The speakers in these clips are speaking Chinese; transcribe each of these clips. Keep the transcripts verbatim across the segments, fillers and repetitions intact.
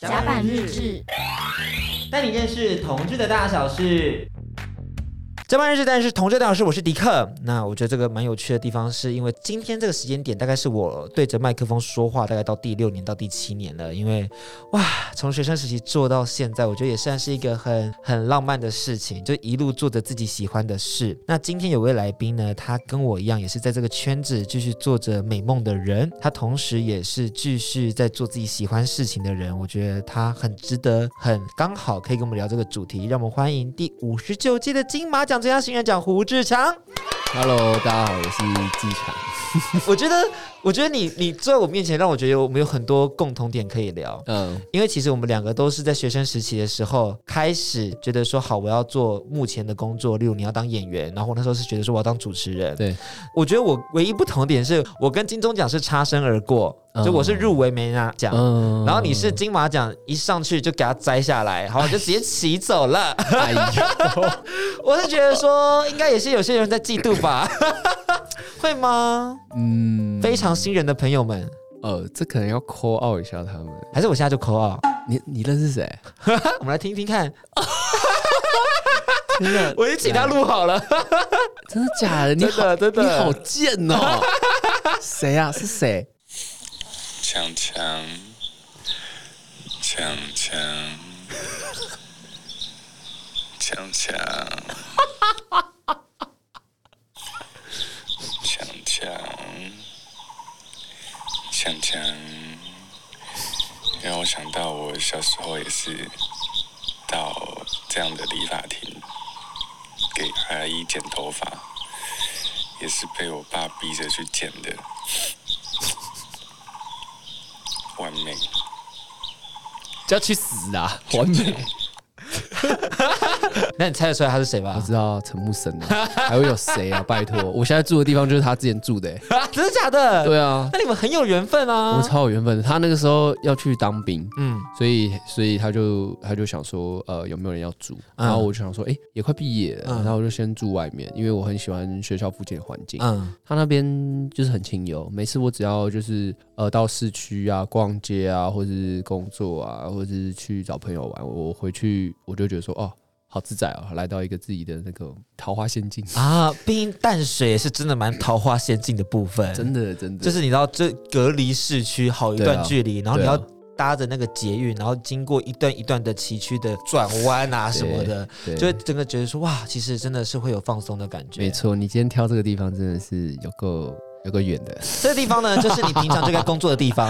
甲板日志， 带你认识同志的大小事。甲板日志，但是同志的大小事，我是迪克。那我觉得这个蛮有趣的地方，是因为今天这个时间点，大概是我对着麦克风说话，大概到第六年到第七年了。因为哇，从学生时期做到现在，我觉得也算是一个很很浪漫的事情，就一路做着自己喜欢的事。那今天有位来宾呢，他跟我一样，也是在这个圈子继续做着美梦的人，他同时也是继续在做自己喜欢事情的人。我觉得他很值得，很刚好可以跟我们聊这个主题。让我们欢迎第五十九届的金马奖最佳新人奖胡志强。 Hello， 大家好，我是志强。 我觉得，我觉得你你坐在我面前，让我觉得我们有很多共同点可以聊。嗯，因为其实我们两个都是在学生时期的时候开始觉得说，好，我要做目前的工作，例如你要当演员，然后我那时候是觉得说我要当主持人。 对， 我觉得我唯一不同的点是我跟金钟奖是擦身而过。就我是入围没拿奖，嗯、然后你是金马奖一上去就给他摘下来，然后就直接骑走了。哎呦，我是觉得说应该也是有些人在嫉妒吧，会吗？嗯，非常新人的朋友们， 呃，这可能要 call out 一下他们， 还是我现在就 call out？ 你你认识谁？ 我们来听听看。真的，我已经请他录好了。 真的假的？ 真的真的， 你好贱哦！谁啊？是谁？ 强强，强强，强强，强强，强强，让我想到我小时候也是到这样的理发厅给阿姨剪头发，也是被我爸逼着去剪的。完美， 就要去死啊！完美。 那你猜得出来他是谁吧？ 我知道陈木生啊，还会有谁啊？拜托，我现在住的地方就是他之前住的、欸。 真的假的？ 对啊。 那你们很有缘分啊！ 我们超有缘分的。他那个时候要去当兵，嗯，所以所以他就他就想说，呃，有没有人要住？然后我就想说，哎、欸，也快毕业了，嗯、然后我就先住外面，因为我很喜欢学校附近的环境。嗯，他那边就是很清幽，每次我只要就是呃到市区啊、逛街啊，或是工作啊，或者是去找朋友玩，我回去我就觉得说，哦。好自在哦，来到一个自己的那个桃花仙境啊！毕竟淡水也是真的蛮桃花仙境的部分， 真的真的， 就是你知道，这隔离市区好一段距离，啊、然后你要搭着那个捷运，然后经过一段一段的崎岖的转弯啊什么的，就会整个觉得说哇，其实真的是会有放松的感觉。 没错，你今天挑这个地方真的是有够有够远的。 这个地方呢，就是你平常就该工作的地方，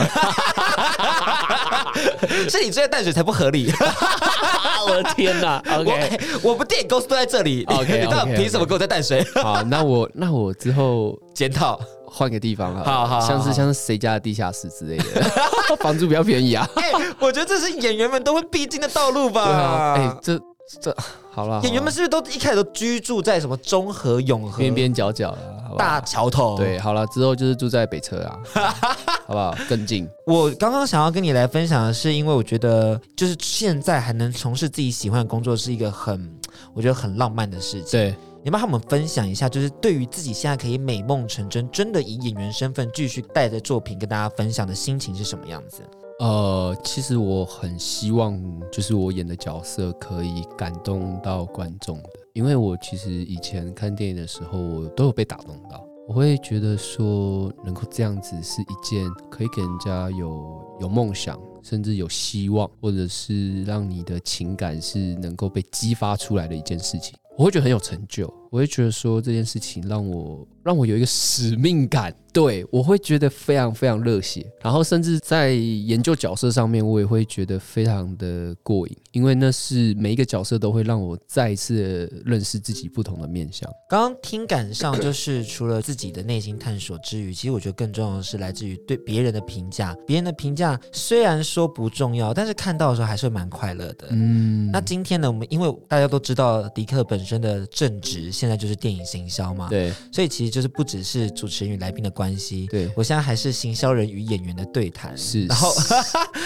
是你住在淡水才不合理。 我的天哪 ！OK， 我, 我们电影公司都在这里 ，OK， 你到底凭什么给我在淡水？ 好，那我那我之后检讨， 换个地方好，好好好， 像是像是谁家的地下室之类的，房租比较便宜啊。 哎、欸，我觉得这是演员们都会必经的道路吧？ 对啊，哎、欸，这这好了， 演员们是不是都一开始都居住在什么中和、永和、 边边角角啊？ 大桥头？ 对，好了，之后就是住在北车啊，好不好？更近。 我刚刚想要跟你来分享的是，因为我觉得就是现在还能从事自己喜欢的工作，是一个很我觉得很浪漫的事情。 对。 你帮他们分享一下，就是对于自己现在可以美梦成真，真的以演员身份继续带着作品跟大家分享的心情是什么样子？ 呃，其实我很希望，就是我演的角色可以感动到观众的，因为我其实以前看电影的时候，我都有被打动到。我会觉得说，能够这样子是一件可以给人家有有梦想，甚至有希望，或者是让你的情感是能够被激发出来的一件事情。我会觉得很有成就，我会觉得说这件事情让我让我有一个使命感，对，我会觉得非常非常热血，然后甚至在研究角色上面，我也会觉得非常的过瘾，因为那是每一个角色都会让我再一次认识自己不同的面向。 刚刚听感上就是除了自己的内心探索之余，其实我觉得更重要的是来自于对别人的评价。别人的评价虽然说不重要，但是看到的时候还是会蛮快乐的。嗯，那今天呢，我们因为大家都知道迪克本身的正职现在就是电影行销嘛， 对， 所以其实就是不只是主持人与来宾的关系， 对， 我现在还是行销人与演员的对谈， 是， 然后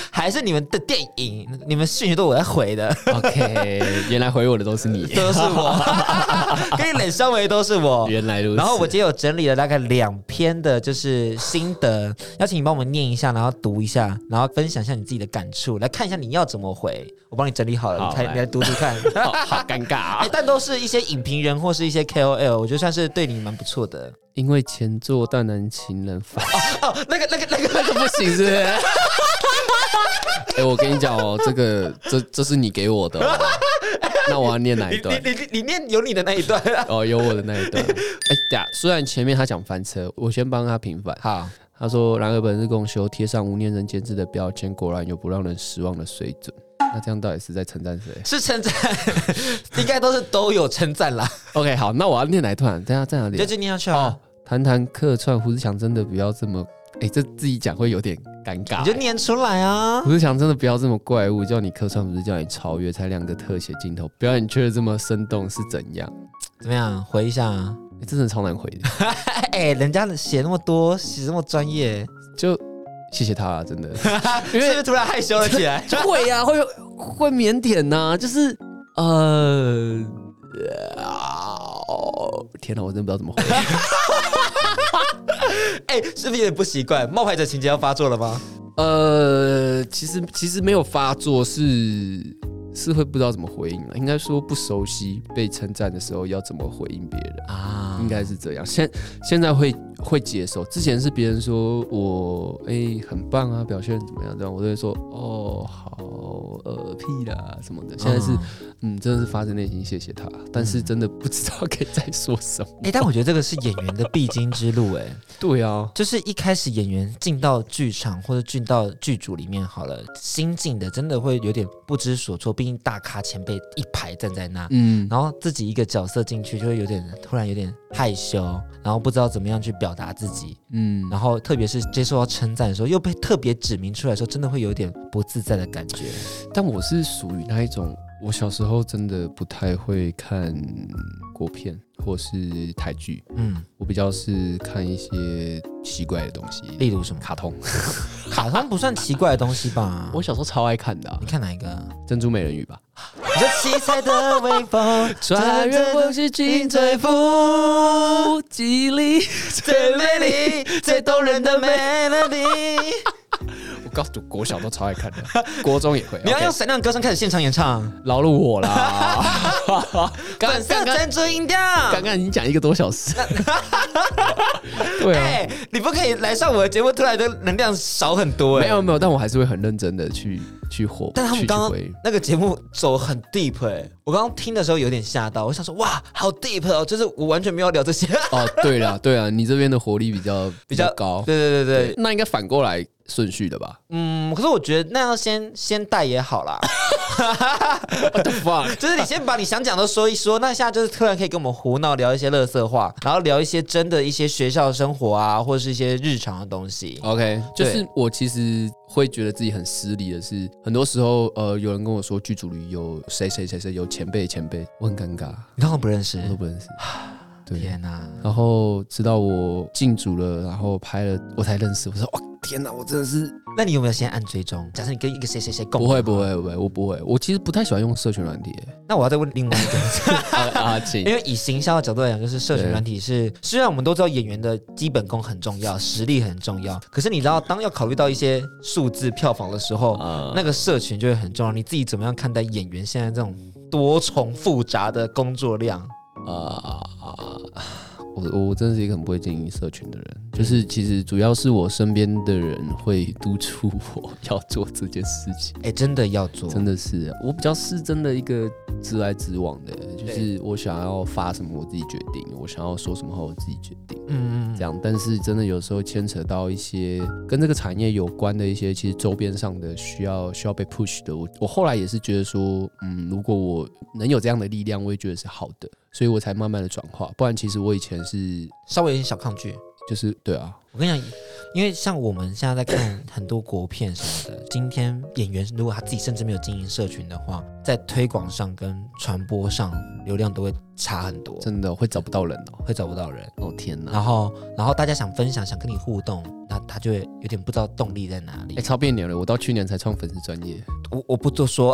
还是你们的电影，你们讯息都我在回的。 OK， 原来回我的都是你， 都是我，跟你冷相为都是我。 原来如此。 然后我今天有整理了大概两篇的，就是心得，邀请你帮我们念一下，然后读一下，然后分享一下你自己的感触，来看一下你要怎么回。我帮你整理好了， 好你看，你来读读看。 好, 好尴尬啊、 欸！但都是一些影评人或是一些 K O L， 我觉得算是对你蛮不错的。 因为前作淡男情人反哦哦，那个那个那个那个不行是不是？哎、欸，我跟你讲哦，这个这这是你给我的、哦，那我要念哪一段？ 你你你你念有你的那一段哦，有我的那一段。哎、欸，呀，虽然前面他讲翻车，我先帮他平反。 好， 他说：“然而本日公休，贴上无念人监制的标签，果然有不让人失望的水准。”那这样到底是在称赞谁？ 是称赞，应该都是都有称赞啦。 OK， 好，那我要念哪一段？等一下在哪里？ 就就念下去啊。 哦，谈谈客串胡志强，真的不要这么，哎、欸，这自己讲会有点尴尬、欸。 你就念出来啊！ 胡志强真的不要这么怪物，叫你客串不是叫你超越，才两个特写镜头，表演却这么生动是怎样？ 怎么样？回一下啊！ 欸、真的超难回的。 哎、欸，人家写那么多，写这么专业， 就。谢谢他啊，真的， 因为是不是突然害羞了起来？ 就会呀、啊，会会腼腆呐、啊，就是呃，哦，天哪，我真的不知道怎么回。 哎、欸，是不是有点不习惯？冒牌者情节要发作了吗？ 呃，其实其实没有发作是，是会不知道怎么回应了。应该说不熟悉被称赞的时候要怎么回应别人啊，应该是这样。现现在会会接受，之前是别人说我哎、欸、很棒啊，表现怎么样这样，我都会说哦好呃屁啦什么的。现在是、哦、嗯真的是发自内心谢谢他，但是真的不知道可以再说什么。 哎、欸，但我觉得这个是演员的必经之路哎、欸。 对啊， 就是一开始演员进到剧场或者进到剧组里面好了，新进的真的会有点不知所措，毕竟大咖前辈一排站在那，嗯，然后自己一个角色进去就会有点突然有点害羞，然后不知道怎么样去表达自己，嗯，然后特别是接受到称赞的时候，又被特别指明出来的时候，真的会有点不自在的感觉。 但我是属于那一种，我小时候真的不太会看国片或是台剧，嗯，我比较是看一些奇怪的东西， 例如什么卡通。 卡通不算奇怪的东西吧？ 我小时候超爱看的、啊。 你看哪一个？ 珍珠美人鱼吧。 这七彩的微风， 穿越风细尽最富吉利， 最美丽、最动人的 melody。 我告诉你，国小都超爱看的，国中也会。 你要用闪亮歌声开始现场演唱， 饶了我啦！ 粉色珍珠音调， 刚刚已经讲一个多小时。对啊、 欸，你不可以来上我的节目，突然的能量少很多哎、 欸。没有没有，但我还是会很认真的去去活。 但他们刚刚那个节目走很 deep 哎、欸，我刚刚听的时候有点吓到，我想说哇，好 deep 哦，就是我完全没有聊这些。 哦，对啦对啦，你这边的活力比较比较高， 对对对 对, 对， 那应该反过来顺序的吧？ 嗯，可是我觉得那样先先带也好啦。 What the fuck？ 就是你先把你想讲的说一说，那现在就是突然可以跟我们胡闹聊一些垃圾话，然后聊一些真的一些学校生活啊，或者是一些日常的东西。 OK， 就是我其实会觉得自己很失礼的是，很多时候呃有人跟我说剧组里有谁谁谁谁有前辈前辈，我很尴尬， 你通常不认识， 我都不认识。 天哪！ 然后直到我进组了，然后拍了，我才认识。我说哇，天哪，我真的是…… 那你有没有先按追踪？假设你跟一个谁谁谁共， 不会不会不会，我不会。我其实不太喜欢用社群软体。 那我要再问另外一个啊啊，请。 因为以行销的角度来讲，就是社群软体是虽然我们都知道演员的基本功很重要，实力很重要，可是你知道，当要考虑到一些数字票房的时候，呃、那个社群就会很重要。你自己怎么样看待演员现在这种多重复杂的工作量？ 啊、呃，我我真的是一个很不会经营社群的人，就是其实主要是我身边的人会督促我要做这件事情。 哎、欸，真的要做， 真的是我比较是真的一个直来直往的，就是我想要发什么我自己决定，我想要说什么话我自己决定，嗯，这样。但是真的有时候牵扯到一些跟这个产业有关的一些其实周边上的需要需要被 push 的，我我后来也是觉得说，嗯，如果我能有这样的力量，我也觉得是好的。所以我才慢慢的转化，不然其实我以前是稍微有点小抗拒， 就是对啊， 我跟你讲。因为像我们现在在看很多国片什么的，今天演员如果他自己甚至没有经营社群的话，在推广上跟传播上流量都会差很多， 真的会找不到人哦， 会找不到人。 哦天哪！ 然后，然后大家想分享，想跟你互动，那他就会有点不知道动力在哪里。 哎，超别扭了！我到去年才创粉丝专业， 我我不多说。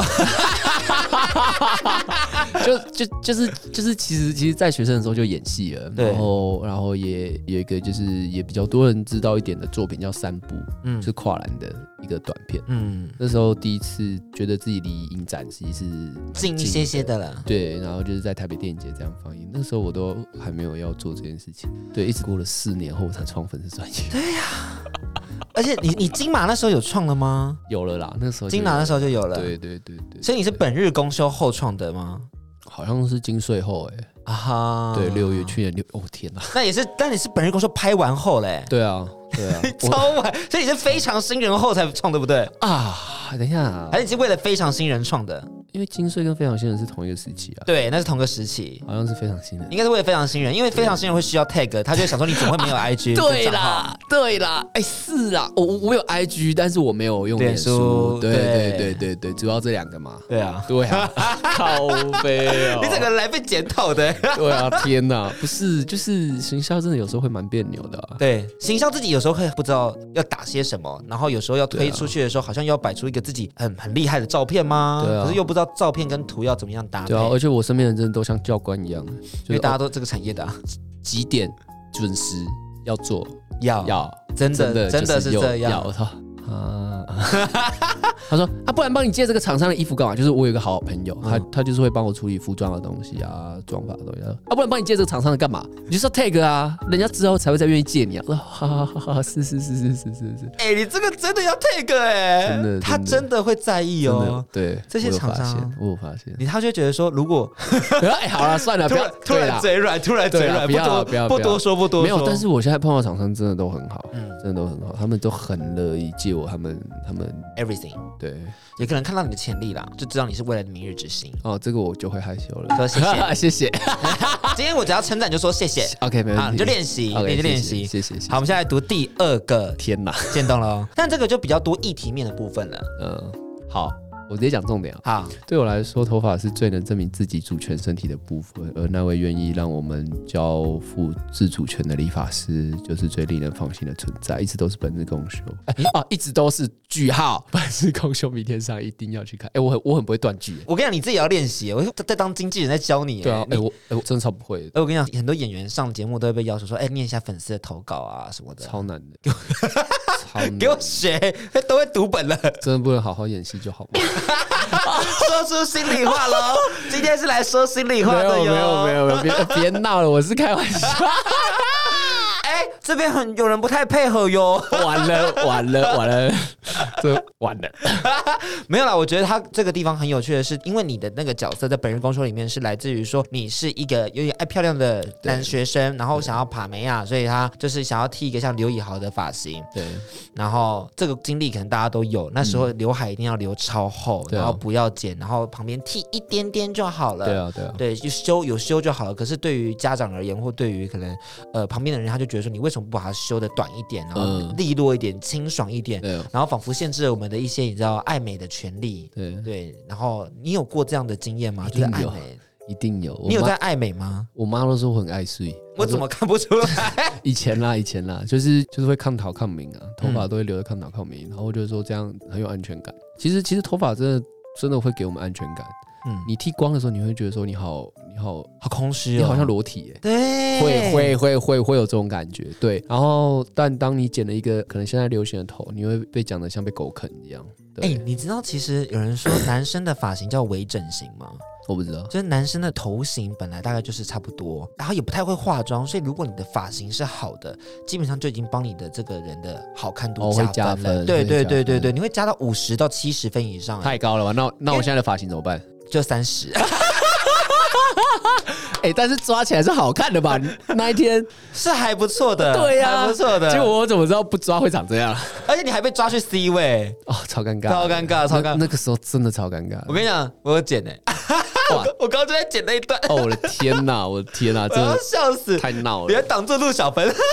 就就就是就是，其实其实，在学生的时候就演戏了，然后然后也有一个就是也比较多人知道一点的作品叫《三部》，嗯，是跨栏的一个短片，嗯，那时候第一次觉得自己离影展其实是近一些些的了， 对，然后就是在台北电影节这样放映，那时候我都还没有要做这件事情，对，一直过了四年后才创粉丝专业， 对呀、啊。而且你你金马那时候有创了吗？ 有了啦，那时候金马那时候就有了， 对对对 对, 对。 所以你是本日公休后创的吗？ 好像是金税后哎、欸，啊哈，对，六月去年六，哦天哪， 那也是，但你是本日公休拍完后嘞、欸， 对啊，对啊， 超晚，所以你是非常新人后才创，对不对？ 啊，等一下， 还是你是为了非常新人创的？ 因为金穗跟非常新人是同一个时期啊， 对，那是同个时期， 好像是非常新人， 应该是为了非常新人，因为非常新人会需要 tag， 他就会想说你怎么会没有 I G？ 对啦，对啦，哎、欸、是啊，我我有 I G， 但是我没有用脸书，对对对对对，主要这两个嘛， 对啊， 对啊，靠背哦， 你整个人来被检讨的， 对啊，天哪，不是，就是行销真的有时候会蛮别扭的、啊， 对，行销自己有时候会不知道要打些什么，然后有时候要推出去的时候，好像要摆出一个自己很很厉害的照片吗？对啊，可是又不知道照片跟图要怎么样搭配。 对啊，而且我身边的人真的都像教官一样，就是、 因为大家都这个产业的、啊， 几点准时要做， 要要， 真的真的, 真的是这样。 我操啊！他说啊，不然帮你借这个厂商的衣服干嘛？就是我有一个好朋友，他他就是会帮我处理服装的东西啊，妆发的东西啊，不然帮你借这个厂商的干嘛？你就说 tag 啊，人家之后才会再愿意借你啊。我说哈哈哈哈，是是是是是是是。 哎、欸，你这个真的要 tag 哎、欸，真的，他真的会在意哦。 对， 这些厂商， 我有发现， 你他就觉得说，如果哎好了算了，不要突然嘴软，突然嘴软， 不要不多不多说不多说。 没有，但是我现在碰到厂商真的都很好，嗯，真的都很好，他们都很乐意借我他们他们 everything。 对， 也可能看到你的潜力啦，就知道你是未来的明日之星。 哦，这个我就会害羞了。 说谢谢， 谢谢。 今天我只要称赞就说谢谢。OK， 没问题，你就练习，你就练习。 谢谢。 好，我们现在来读第二个。 天哪， 见到了哦。但这个就比较多议题面的部分了。 嗯，好。我直接讲重点啊！ 好， 对我来说，头发是最能证明自己主权身体的部分，而那位愿意让我们交付自主权的理发师，就是最令人放心的存在，一直都是本日公休。哎、啊，一直都是句号，本日公休，明天上一定要去看。哎、欸，我很我很不会断句。 我跟你讲，你自己也要练习。我在当经纪人在教你。 对啊，哎、欸、我哎、欸、我真的超不会的。 哎、欸、我跟你讲，很多演员上节目都会被要求说，哎、欸，念一下粉丝的投稿啊什么的， 超难的。超难给我学，都会读本了。 真的不能好好演戏就好吗？ 说出心里话喽！今天是来说心里话的哟。 没有没有没有没有，别别闹了，我是开玩笑。 哎、欸，这边很有人不太配合哟。 完了完了完了，这完了。 没有啦，我觉得他这个地方很有趣的是，因为你的那个角色在本日公休里面是来自于说你是一个有点爱漂亮的男学生，然后想要爬梅亚，所以他就是想要剃一个像刘以豪的发型。 对， 然后这个经历可能大家都有，那时候刘海一定要留超厚，嗯、然后不要剪，然后旁边剃一点点就好了。 对啊，对啊， 对，就修有修就好了。可是对于家长而言，或对于可能呃旁边的人，他就觉得说你为什么不把它修得短一点，然后利落一点、清爽一点， 嗯、 然后仿佛限制了我们的一些你知道爱美的权利。 对对，然后你有过这样的经验吗？就是爱美。 一定有， 你有在爱美吗？ 我妈都说我很爱睡， 我怎么看不出来？ 以前啦，以前啦，就是就是会抗讨抗敏啊，头发都会留在抗讨抗敏，然后我就说这样很有安全感。其实其实头发真的真的会给我们安全感。嗯，你剃光的时候，你会觉得说你好你好好空虚、哦， 你好像裸体耶、欸。 对， 会会会会会有这种感觉。对，然后但当你剪了一个可能现在流行的头，你会被讲得像被狗啃一样。 哎、欸，你知道其实有人说男生的发型叫微整形吗？ 我不知道， 就是男生的头型本来大概就是差不多，然后也不太会化妆，所以如果你的发型是好的，基本上就已经帮你的这个人的好看度加分了。哦、加分对对对对对，你会加到五十到七十分以上， 太高了吧？那那我现在的发型怎么办？ 就三十。 哎、欸，但是抓起来是好看的吧？那一天是还不错的， 对呀、啊， 还不错的。 结果我怎么知道不抓会长这样？ 而且你还被抓去 C 位， 哦，超尴尬， 超尴尬，超尴尬。 那个时候真的超尴尬。 我跟你讲，我有剪哎、欸，我我刚刚就在剪那一段。 哦，我的天哪，我的天哪，真的我要笑死， 太闹了， 别挡住陆小芬。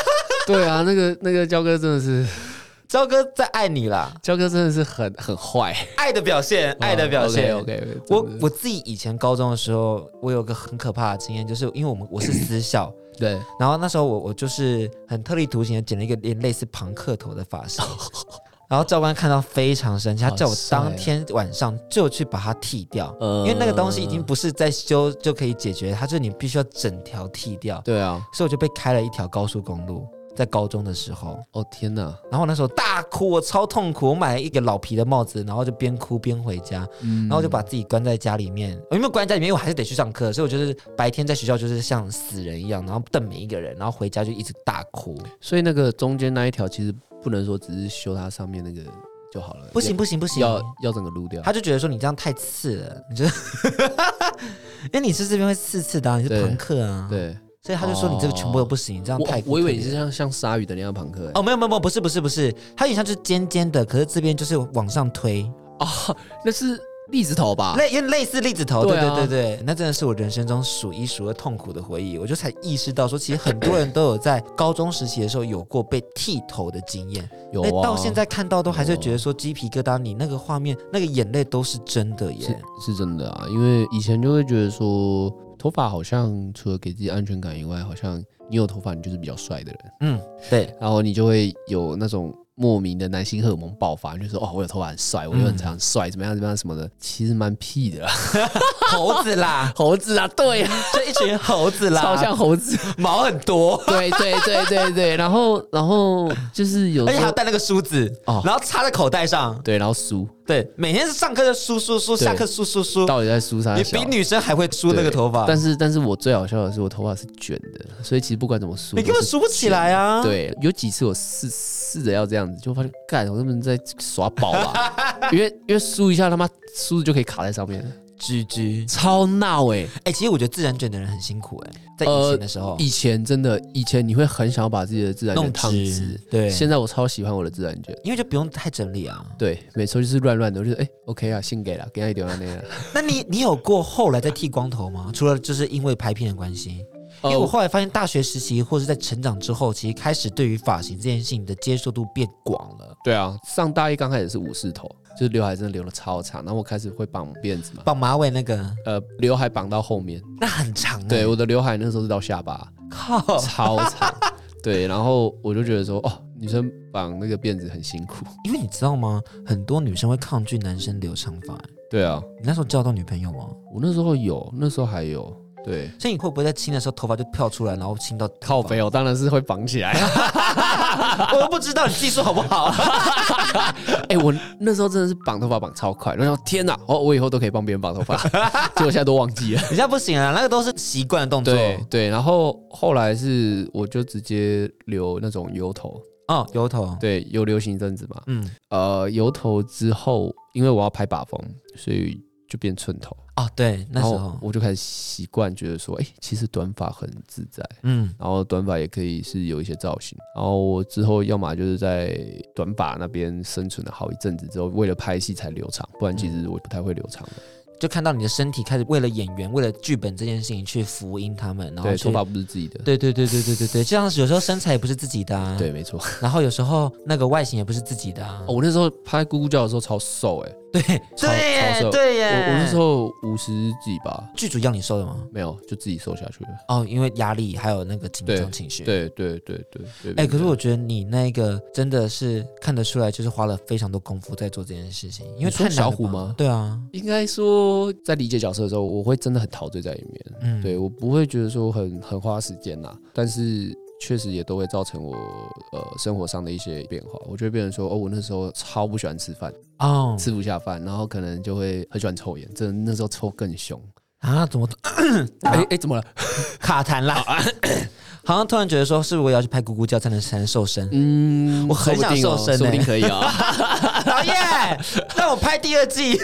对啊，那个那个焦哥真的是， 焦哥在爱你啦， 焦哥真的是很很坏， 爱的表现，爱的表现。 OK OK，, okay 我我自己以前高中的时候，我有个很可怕的经验，就是因为我们我是私校。 对， 然后那时候我我就是很特立独行的剪了一个类似庞克头的发型，然后教官看到非常生气，他叫我当天晚上就去把它剃掉，因为那个东西已经不是在修就可以解决，它就是你必须要整条剃掉。 对啊， 所以我就被开了一条高速公路。在高中的时候， 哦天哪！ 然后我那时候大哭，我超痛苦。我买了一个老皮的帽子，然后就边哭边回家，嗯、然后就把自己关在家里面。我因为关在家里面，因为我还是得去上课，所以我就是白天在学校就是像死人一样，然后瞪每一个人，然后回家就一直大哭。 所以那个中间那一条其实不能说只是修它上面那个就好了， 不行不行不行， 要要整个撸掉。 他就觉得说你这样太刺了，你就因为你是这边会刺刺的、啊，你是朋克啊， 对。 所以他就说你这个全部都不行，你这样太我……我以为你是像像鲨鱼的那样朋克、欸。 哦，没有没有没有，不是不是不是，它有点像就是尖尖的，可是这边就是往上推。 哦，那是栗子头吧？ 类有点类似栗子头，对、啊、对对对，那真的是我人生中数一数二痛苦的回忆。我就才意识到说，其实很多人都有在高中时期的时候有过被剃头的经验。有啊，到现在看到都还是觉得说鸡皮疙瘩，你那个画面那个眼泪都是真的耶， 是, 是真的啊。因为以前就会觉得说。头发好像除了给自己安全感以外，好像你有头发，你就是比较帅的人。 嗯，对。 然后你就会有那种莫名的男性荷尔蒙爆发，就说哦，我有头发很帅，我又很长帅，怎么样怎么样什么的，其实蛮屁的啦。 猴子啦， 猴子啊，对， 就一群猴子啦， 超像猴子， 毛很多。 对对对对对，然后然后就是有， 而且还要带那个梳子，哦、然后插在口袋上， 对，然后梳。 对，每天是上课就梳梳梳，下课梳梳梳， 到底在梳啥？ 你比女生还会梳那个头发。 但是，但是我最好笑的是，我头发是卷的，所以其实不管怎么梳， 你根本梳不起来啊。 对，有几次我试试着要这样子，就发现干，我根本在耍宝吧？因为因为梳一下，他妈梳子就可以卡在上面。 G G 超闹哎、欸！ 哎、欸，其实我觉得自然卷的人很辛苦哎、欸，在以前的时候、呃， 以前真的，以前你会很想要把自己的自然卷烫直， 对。 现在我超喜欢我的自然卷， 因为就不用太整理啊。 对，每次就是乱乱的，我就哎、欸、，OK 啊，先给了，给他一点那个。 那你你有过后来再剃光头吗？除了就是因为拍片的关系？因为我后来发现，大学时期或是在成长之后，其实开始对于发型这件事情的接受度变广了。 对啊，上大一刚开始是武士头，就是刘海真的留的超长，然后我开始会绑辫子嘛， 绑马尾那个， 呃，刘海绑到后面， 那很长、欸。 对，我的刘海那时候是到下巴， 靠， 超长。对，然后我就觉得说，哦，女生绑那个辫子很辛苦， 因为你知道吗？很多女生会抗拒男生留长发。 对啊， 你那时候交到女朋友吗？ 我那时候有，那时候还有。对， 所以你会不会在亲的时候头发就飘出来，然后亲到靠背哦？当然是会绑起来。 我都不知道你技术好不好。 哎、欸，我那时候真的是绑头发绑超快，然后天哪，哦，我以后都可以帮别人绑头发，结果现在都忘记了。 你现在不行啊，那个都是习惯的动作。 对对，然后后来是我就直接留那种油头。 哦，油头。对， 有流行一阵子嘛。 嗯， 呃，油头之后，因为我要拍把风，所以就变寸头。 哦，对，那时候我就开始习惯，觉得说，哎、欸，其实短发很自在， 嗯， 然后短发也可以是有一些造型。然后我之后要么就是在短发那边生存了好一阵子之后，为了拍戏才留长，不然其实我不太会留长的。 就看到你的身体开始为了演员、为了剧本这件事情去福音他们，然后对，头发不是自己的， 对对对对对对对，就像是有时候身材也不是自己的啊， 对，没错。 然后有时候那个外形也不是自己的啊。 哦、我那时候拍《咕咕叫》的时候超瘦哎、欸。 对超对耶超瘦对耶， 我我那时候五十几吧， 剧组要你瘦的吗？ 没有，就自己瘦下去了。 哦，因为压力还有那个紧张情绪。 对对对对对。 哎、欸，可是我觉得你那个真的是看得出来，就是花了非常多功夫在做这件事情。因为太小虎吗？ 对啊， 应该说在理解角色的时候，我会真的很陶醉在里面。嗯，对我不会觉得说很很花时间啦，但是。确实也都会造成我呃生活上的一些变化。我就会变成说，哦，我那时候超不喜欢吃饭，哦，吃不下饭，然后可能就会很喜欢抽烟，真的那时候抽更凶啊！怎么？ 哎哎、欸，怎么了？ 卡痰啦！好像突然觉得说，是不是我要去拍咕咕叫才能才能瘦身？嗯，我很想瘦身、欸， 说不定可以啊！ 导演，让我拍第二季。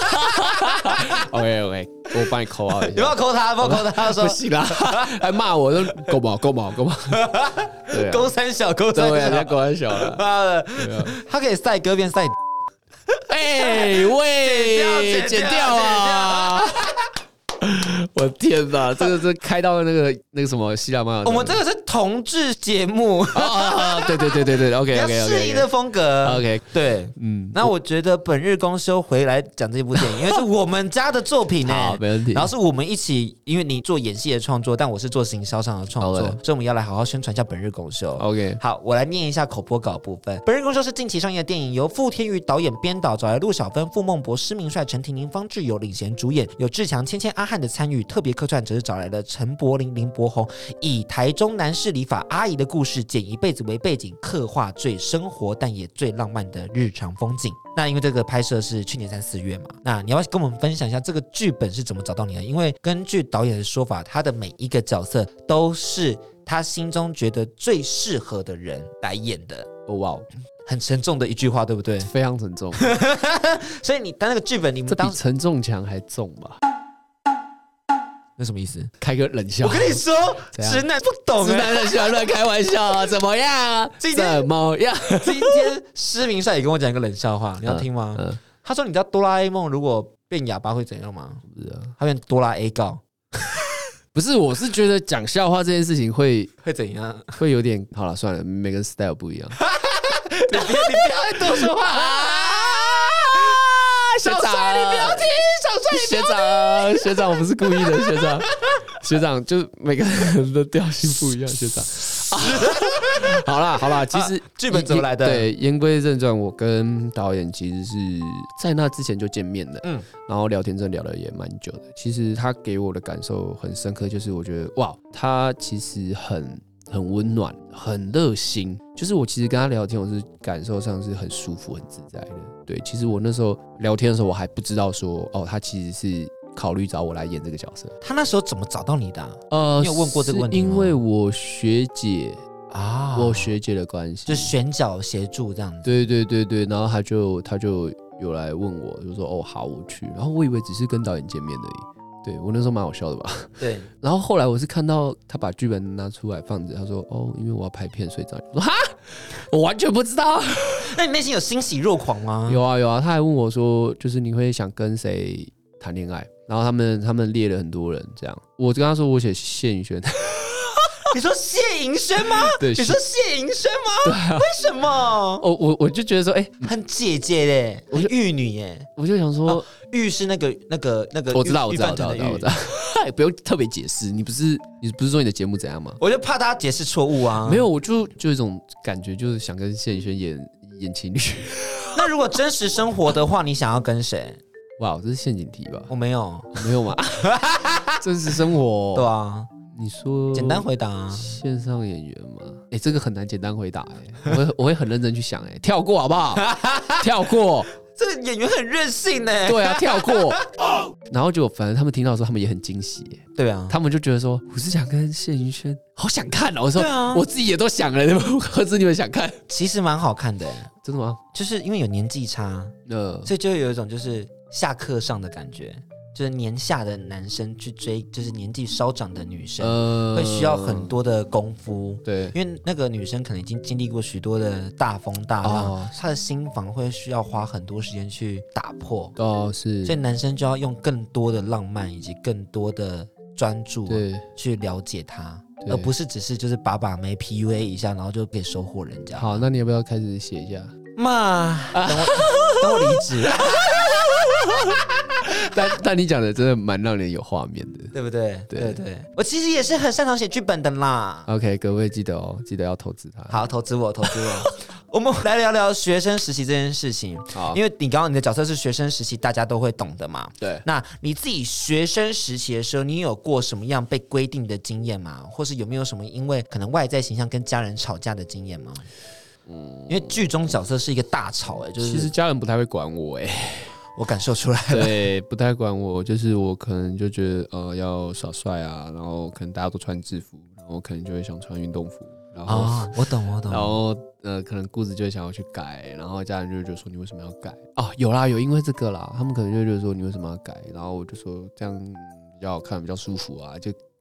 OK OK， 我帮你扣啊！ 有没有扣他？有没有扣他？他说不行啦，还骂我，都够毛够毛够毛。对、啊， 勾三小勾三小， 对啊，人家勾三小了。 妈的，他可以赛歌变赛。 哎喂，剪掉啊！我天哪，这个是开到那个那个什么希腊玛雅。 我们这个是同志节目， 啊，对对对对对 ，OK 比较 OK 适 OK 宜的风格。 OK， 对， 嗯， 那我觉得本日公休回来讲这部电影，因为是我们家的作品呢、 好，没问题。 然后是我们一起，因为你做演戏的创作，但我是做行销上的创作， Okay. 所以我们要来好好宣传一下本日公休。 OK， 好，我来念一下口播稿的部分。本日公休是近期上映的电影，由傅天宇导演、编导，找来陆小芬、傅孟博、施明帅、陈婷妮、方志友领衔主演，有志强、芊芊、阿汉的参与。特别客串则是找来了陈柏霖、林柏宏，以台中南市理发阿姨的故事，剪一辈子为背景，刻画最生活但也最浪漫的日常风景。那因为这个拍摄是去年三四月嘛，那你要跟我们分享一下这个剧本是怎么找到你的？因为根据导演的说法，他的每一个角色都是他心中觉得最适合的人来演的。 哦哇， 很沉重的一句话，对不对？ 非常沉重。 所以你当那个剧本，你们这比当承重墙还重吧？ 那什么意思？ 开个冷笑。 我跟你说，直男不懂、欸， 直男的喜欢乱开玩笑啊，怎么样？ 今天怎么样？ 今天施明帅也跟我讲一个冷笑话，你要听吗？ 嗯嗯、 他说：“你知道哆啦 A 梦如果变哑巴会怎样吗？ 不知道， 他变哆啦 A 告。 不是，我是觉得讲笑话这件事情会会怎样？ 会有点好了，算了，每个 style 不一样。 你不要，你不要再多说话啊！ 学长， 你不要听，小帅，你不学要长，学长，我不是故意的，学长，学长，就每个人的调性不一样，学长。啊、好啦，好啦，其实、 啊、剧本怎么来的？ 对，言归正传，我跟导演其实是在那之前就见面了，嗯，然后聊天真的聊了也蛮久的。其实他给我的感受很深刻，就是我觉得哇，他其实很。很温暖，很热心，就是我其实跟他聊天，我是感受上是很舒服、很自在的。对，其实我那时候聊天的时候，我还不知道说，哦，他其实是考虑找我来演这个角色。 他那时候怎么找到你的、啊？ 呃， 你有问过这个问题吗？ 因为我学姐啊， 我学姐的关系， 就选角协助这样子。 对对对对，然后他就他就有来问我，就说哦好，我去。然后我以为只是跟导演见面而已。对我那时候蛮好笑的吧？ 对， 然后后来我是看到他把剧本拿出来放着，他说：“哦，因为我要拍片，所以这样。”我说：“哈，我完全不知道。” 那你内心有欣喜若狂吗？ 有啊有啊，他还问我说：“就是你会想跟谁谈恋爱？”然后他们他们列了很多人，这样我跟他说我写谢颖轩。 你说谢盈萱吗？ 对， 你说谢盈萱吗？ 对啊， 为什么？ 哦，我我就觉得说，哎、 欸，很姐姐嘞，我就玉女耶， 我就想说， 哦、玉是那个那个那个， 我知道，我知道，我知道，我知道，不用特别解释。你不是你不是说你的节目怎样吗？ 我就怕他解释错误啊。 没有，我就就有一种感觉，就是想跟谢颖轩演演情侣。 那如果真实生活的话，你想要跟谁？ 哇，这是陷阱题吧？ 我没有， 没有吗？真实生活， 对啊。 你说简单回答、啊， 线上演员吗？哎、欸，这个很难简单回答哎、欸，我会我会很认真去想哎、欸，跳过好不好？跳过， 这个演员很任性呢、欸。 对啊，跳过。然后就反正他们听到的时候，他们也很惊喜、欸， 对啊， 他们就觉得说我是想跟谢盈萱，好想看哦。我说、 啊、 我自己也都想了，何止你们想看？ 其实蛮好看的、欸， 真的吗？ 就是因为有年纪差，呃，所以就会有一种就是下课上的感觉。就是年下的男生去追，就是年纪稍长的女生，呃、会需要很多的功夫。 对， 因为那个女生可能已经经历过许多的大风大浪，哦、她的心房会需要花很多时间去打破。 哦，是。 所以男生就要用更多的浪漫以及更多的专注，对，去了解她，而不是只是就是把把妹 P U A 一下，然后就可以收获人家。 好，那你要不要开始写一下？ 嘛，等我等我离职。 但但你讲的真的蛮让人有画面的， 对不对？对对对，我其实也是很擅长写剧本的啦。 OK， 各位记得哦，记得要投资他。 好，投资我，投资我。我们来聊聊学生实习这件事情。好，因为你刚刚你的角色是学生实习，大家都会懂的嘛。 对。 那你自己学生实习的时候，你有过什么样被规定的经验吗？或是有没有什么因为可能外在形象跟家人吵架的经验吗？嗯，因为剧中角色是一个大吵哎、欸，就是其实家人不太会管我哎、欸。 我感受出来了， 对，不太管我，就是我可能就觉得呃要耍帅啊，然后可能大家都穿制服，然后可能就会想穿运动服，然后、 哦、我懂我懂， 然后呃可能裤子就会想要去改，然后家人就会觉得说你为什么要改？哦，有啦，有因为这个啦，他们可能就会觉得说你为什么要改，然后我就说这样比较好看，比较舒服啊，就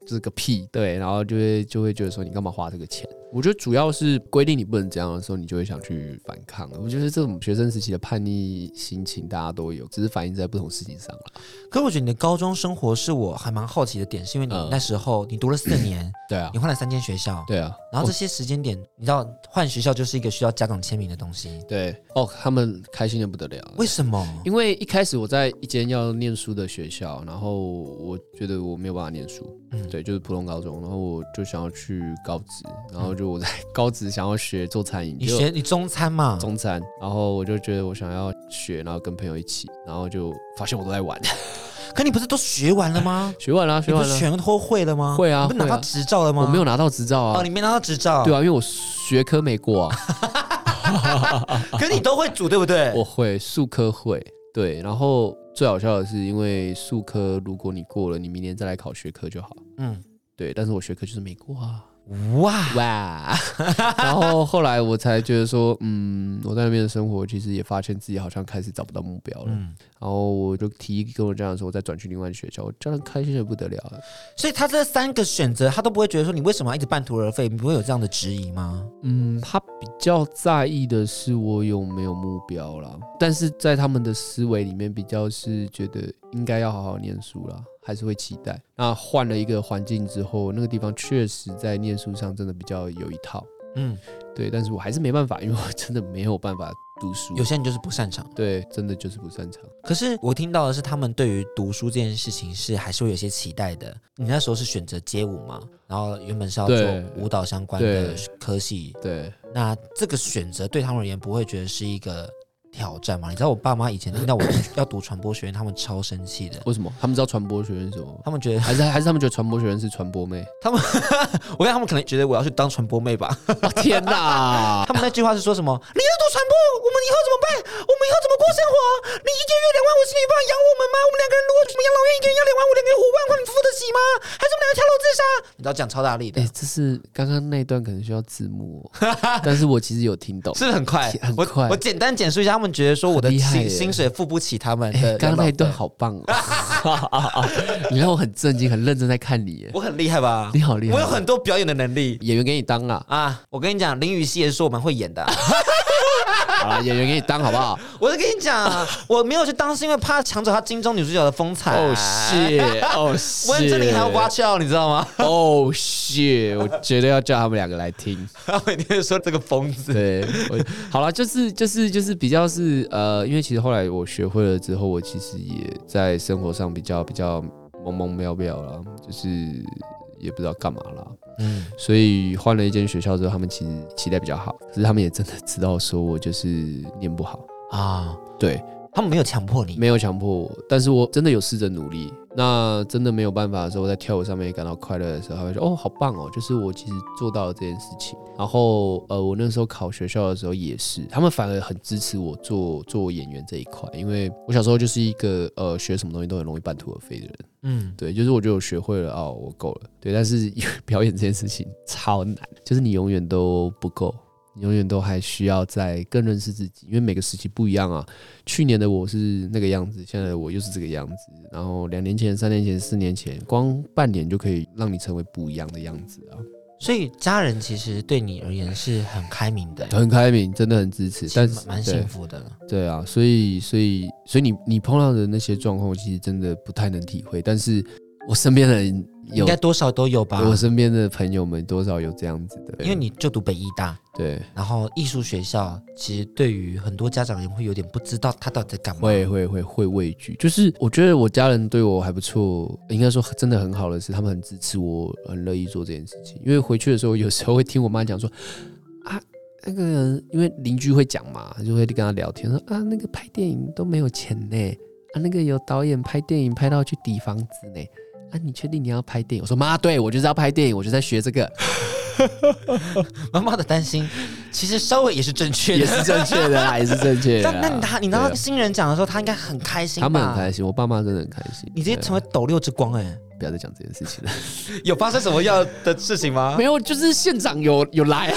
这个屁，对，然后就会就会觉得说你干嘛花这个钱？我觉得主要是规定你不能这样的时候，你就会想去反抗。我觉得这种学生时期的叛逆心情大家都有，只是反映在不同事情上了。 可是我觉得你的高中生活是我还蛮好奇的点，是因为你那时候、嗯、你读了四年， 对啊， 你换了三间学校， 对啊， 然后这些时间点，你知道换学校就是一个需要家长签名的东西， 对，哦，他们开心的不得了。 为什么？ 因为一开始我在一间要念书的学校，然后我觉得我没有办法念书，嗯，对，就是普通高中，然后我就想要去高职，然后就我在高职想要学做餐饮， 你学你中餐嘛？ 中餐，然后我就觉得我想要学，然后跟朋友一起，然后就发现我都在玩。 可你不是都学完了吗？ 学完了，学完了， 你不是全都会了吗？ 会啊， 你不是拿到执照了吗？ 我没有拿到执照啊。 哦，你没拿到执照？ 对啊，因为我学科没过啊。 可是你都会煮，对不对？ 我会，术科会。对，然后最好笑的是，因为术科如果你过了，你明年再来考学科就好。嗯，对，但是我学科就是没过啊。 哇哇！然后后来我才觉得说，嗯，我在那边的生活其实也发现自己好像开始找不到目标了。嗯，然后我就提议跟我家长说，我再转去另外的学校，我家长开心的不得了。 所以他这三个选择，他都不会觉得说你为什么要一直半途而废，你不会有这样的质疑吗？ 嗯，他比较在意的是我有没有目标啦，但是在他们的思维里面，比较是觉得应该要好好念书啦。还是会期待。那换了一个环境之后，那个地方确实在念书上真的比较有一套，嗯，对。但是我还是没办法，因为我真的没有办法读书。 有些人就是不擅长， 对，真的就是不擅长。 可是我听到的是，他们对于读书这件事情是还是会有些期待的。你那时候是选择街舞嘛，然后原本是要做舞蹈相关的科系， 对。 那这个选择对他们而言，不会觉得是一个挑战吗？你知道我爸妈以前听到我要读传播学院，他们超生气的。 为什么？他们知道传播学院是什么？ 他们觉得还是还是他们觉得传播学院是传播妹？ 他们我看他们可能觉得我要去当传播妹吧。 哦、天哪！ 他们那句话是说什么？你要读传播，我们以后怎么办？我们以后怎么过生活？你一个月两万五，是没办法养我们吗？我们两个人如果什么养老院，一个人要两万五，两个人五万，你付得起吗？还是我们两个跳楼自杀？你知道讲超大力的。 哎、欸，这是刚刚那一段可能需要字幕、哦，但是我其实有听懂， 是不是很快？ 很快。 我, 我简单简述一下，他们觉得说我的薪薪水付不起他们的。 刚刚、欸、那一段好棒哦！你让我很震惊，很认真在看你耶。 我很厉害吧？ 你好厉害！ 我有很多表演的能力， 演员给你当啊！ 啊，我跟你讲，林雨熙也是说我们会演的、啊。 好啦，演员给你当好不好？ 我是跟你讲，我没有去当是因为怕抢走他金钟女主角的风采。 哦谢，哦谢， 温真菱还要挖笑，你知道吗？ 哦谢，我绝对要叫他们两个来听。 他们一定会说这个疯子。 对，好了，就是就是就是比较是呃，因为其实后来我学会了之后，我其实也在生活上比较比较懵懵妙妙了，就是也不知道干嘛啦。嗯，所以换了一间学校之后，他们其实期待比较好，可是他们也真的知道说我就是念不好啊。对， 他们没有强迫你， 没有强迫我，但是我真的有试着努力。那真的没有办法的时候，我在跳舞上面也感到快乐的时候，他会说：“哦，好棒哦！”就是我其实做到了这件事情。然后呃，我那时候考学校的时候也是，他们反而很支持我做做演员这一块，因为我小时候就是一个呃学什么东西都很容易半途而废的人。嗯，对，就是我觉得我学会了哦，我够了。对，但是表演这件事情超难，就是你永远都不够。你永远都还需要再更认识自己，因为每个时期不一样啊。去年的我是那个样子，现在的我又是这个样子。然后两年前、三年前、四年前，光半年就可以让你成为不一样的样子啊。 所以家人其实对你而言是很开明的， 很开明，真的很支持，但是蛮幸福的。 对, 对啊，所以所以所以你你碰到的那些状况，其实真的不太能体会，但是我身边的人有应该多少都有吧。 我身边的朋友们多少有这样子的， 因为你就读北医大， 对， 然后艺术学校，其实对于很多家长人会有点不知道他到底在干嘛， 会会会会畏惧。就是我觉得我家人对我还不错，应该说真的很好的是，他们很支持我，很乐意做这件事情。因为回去的时候，有时候会听我妈讲说啊。那个人，因为邻居会讲嘛，就会跟他聊天说啊，那个拍电影都没有钱呢，啊，那个有导演拍电影拍到去抵房子呢，啊，你确定你要拍电影？我说妈，对我就是要拍电影，我就在学这个。 妈妈的担心其实稍微也是正确的， 也是正确的啦，也是正确的啦。 那你他你拿到新人奖的时候，他应该很开心吧？ 他们很开心，我爸妈真的很开心。 你直接成为斗六之光哎、欸！ 不要再讲这件事情了。 有发生什么样的事情吗？ 没有，就是县长有有来。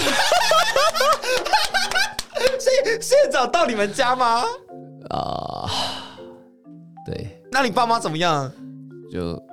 所以县长到你们家吗？ 啊、呃，对。 那你爸妈怎么样？ 就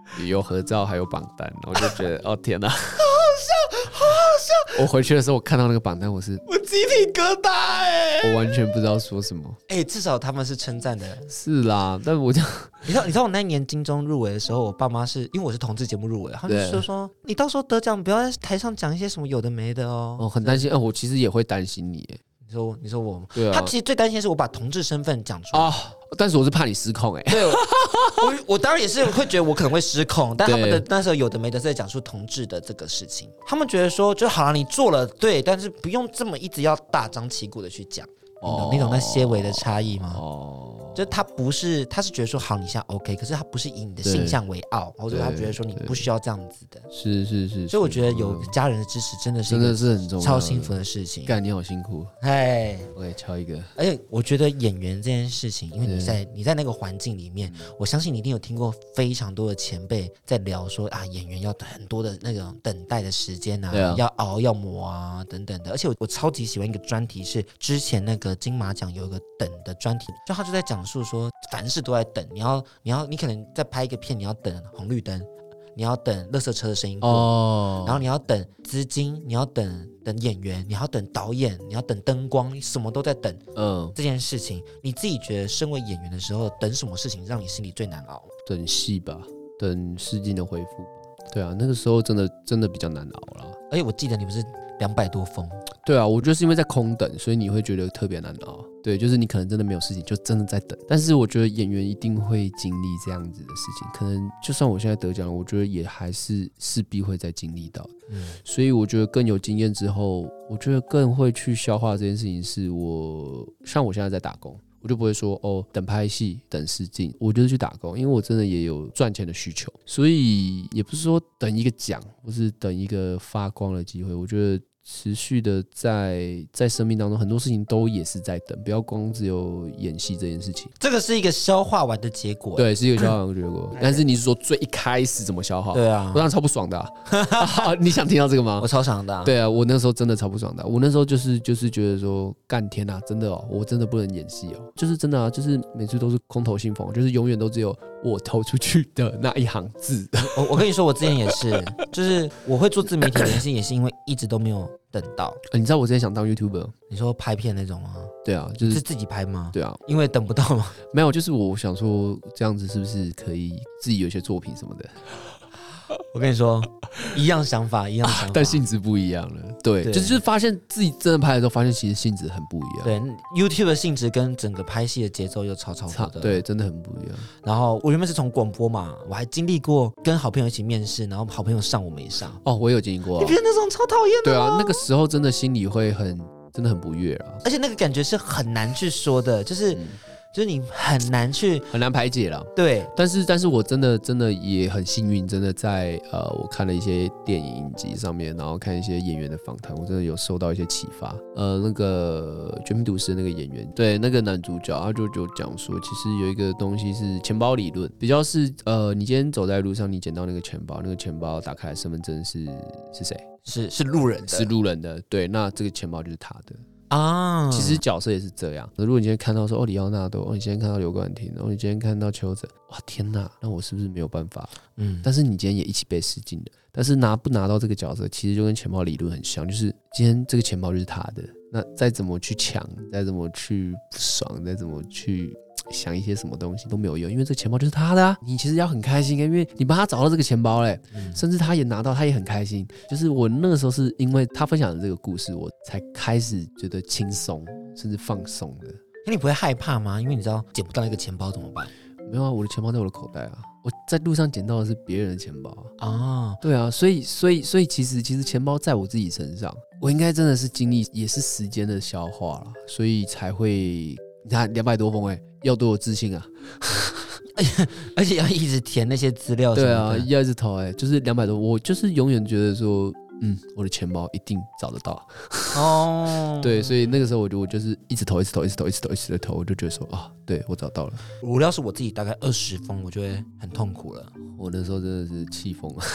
有合照还有榜单，我就觉得哦天哪，好好笑，好好笑。我回去的时候，我看到那个榜单，我是我鸡皮疙瘩哎、 欸，我完全不知道说什么。 哎、欸，至少他们是称赞的。 是啦，但我就你知道，你知道我那一年金钟入围的时候，我爸妈是因为我是同志节目入围，他们就说说你到时候得奖不要在台上讲一些什么有的没的哦。 哦，很担心，哦，我其实也会担心你，哎。 你说，你说我， 对啊， 他其实最担心的是我把同志身份讲出来啊、 哦，但是我是怕你失控，哎， 对，我我当然也是会觉得我可能会失控，但他们的那时候有的没的是在讲述同志的这个事情，他们觉得说就好了，你做了对，但是不用这么一直要大张旗鼓的去讲。你懂、哦、你懂那些微的差异吗？哦，就他不是，他是觉得说好，你现在 OK， 可是他不是以你的性向为傲，或者他觉得说你不需要这样子的。 是是 是, 是， 所以我觉得有家人的支持真的是真的是很重要， 超幸福的事情。 干，你好辛苦， 哎， 我也敲一个。 而且我觉得演员这件事情，因为你在你在那个环境里面，我相信你一定有听过非常多的前辈在聊说啊，演员要很多的那种等待的时间啊，啊要熬要磨啊等等的。而且我我超级喜欢一个专题，是之前那个金马奖有一个等的专题，就他就在讲述说，凡事都在等，你要你要你可能在拍一个片，你要等红绿灯，你要等垃圾车的声音过，哦，然后你要等资金，你要等等演员，你要等导演，你要等灯光，你什么都在等。嗯，这件事情你自己觉得身为演员的时候，等什么事情让你心里最难熬？ 等戏吧，等试镜的回复吧。对啊，那个时候真的真的比较难熬啦。 而且我记得你不是两百多封。 对啊，我觉得是因为在空等，所以你会觉得特别难熬。对，就是你可能真的没有事情，就真的在等。但是我觉得演员一定会经历这样子的事情，可能就算我现在得奖了，我觉得也还是势必会再经历到。嗯，所以我觉得更有经验之后，我觉得更会去消化这件事情。是我像我现在在打工。我就不会说哦，等拍戏等试镜，我就是去打工，因为我真的也有赚钱的需求，所以也不是说等一个奖，或是等一个发光的机会。我觉得持续的在在生命当中，很多事情都也是在等，不要光只有演戏这件事情。 这个是一个消化完的结果， 对，是一个消化完的结果。但是你是说最一开始怎么消化？ 对啊， 我当然超不爽的、啊啊。你想听到这个吗？ 我超想的、啊。 对啊，我那时候真的超不爽的。我那时候就是就是觉得说，干天啊，真的哦，我真的不能演戏哦，就是真的啊，就是每次都是空投信封，就是永远都只有我投出去的那一行字。 我我跟你说，我之前也是，就是我会做自媒体的原因也是因为一直都没有等到。 呃、你知道我之前想当 YouTuber， 你说拍片那种吗？ 对啊，就是是自己拍吗？ 对啊， 因为等不到吗？ 没有，就是我想说这样子是不是可以自己有一些作品什么的。 我跟你说，一样想法，一样想法，啊、 但性质不一样了。对，对就是发现自己真的拍的时候，发现其实性质很不一样。 对 ，YouTube 的性质跟整个拍戏的节奏又超超多的。 对，真的很不一样。 然后我原本是从广播嘛，我还经历过跟好朋友一起面试，然后好朋友上我没上。 哦，我有经历过、啊。 你觉得那种超讨厌的？ 对啊，那个时候真的心里会很，真的很不悦啊。 而且那个感觉是很难去说的，就是。嗯就是你很难去很难排解了， 对。 但是，但是我真的真的也很幸运，真的在呃，我看了一些电影影集上面，然后看一些演员的访谈，我真的有受到一些启发。呃，那个《绝命毒师》那个演员，对那个男主角，他就就讲说，其实有一个东西是钱包理论，比较是呃，你今天走在路上，你捡到那个钱包，那个钱包打开身份证是是谁？ 是是路人的， 是路人的，对，那这个钱包就是他的。 啊， 其实角色也是这样。如果你今天看到说哦，里奥纳多，哦，你今天看到刘冠廷，哦，你今天看到邱泽，哇，天哪，那我是不是没有办法？嗯，但是你今天也一起被试镜的，但是拿不拿到这个角色，其实就跟钱包理论很像，就是今天这个钱包就是他的，那再怎么去抢，再怎么去不爽，再怎么去想一些什么东西都没有用，因为这个钱包就是他的啊。你其实要很开心，因为你帮他找到这个钱包嘞，嗯、甚至他也拿到，他也很开心。就是我那个时候是因为他分享的这个故事，我才开始觉得轻松，甚至放松的。 那你不会害怕吗？因为你知道捡不到那个钱包怎么办？ 没有啊，我的钱包在我的口袋啊。我在路上捡到的是别人的钱包啊。 哦， 对啊，所以所以所以其实其实钱包在我自己身上，我应该真的是经历也是时间的消化了，所以才会。你看两百多封哎、欸，要多有自信啊！ 而且要一直填那些资料什么的。 对啊，要一直投哎、欸，就是两百多，我就是永远觉得说，嗯，我的钱包一定找得到。哦，对，所以那个时候我就我就是一直投，一直投，一直投，一直投，一直投，我就觉得说啊，对我找到了。 我要是我自己大概二十封，我就会很痛苦了。 我那时候真的是气疯了。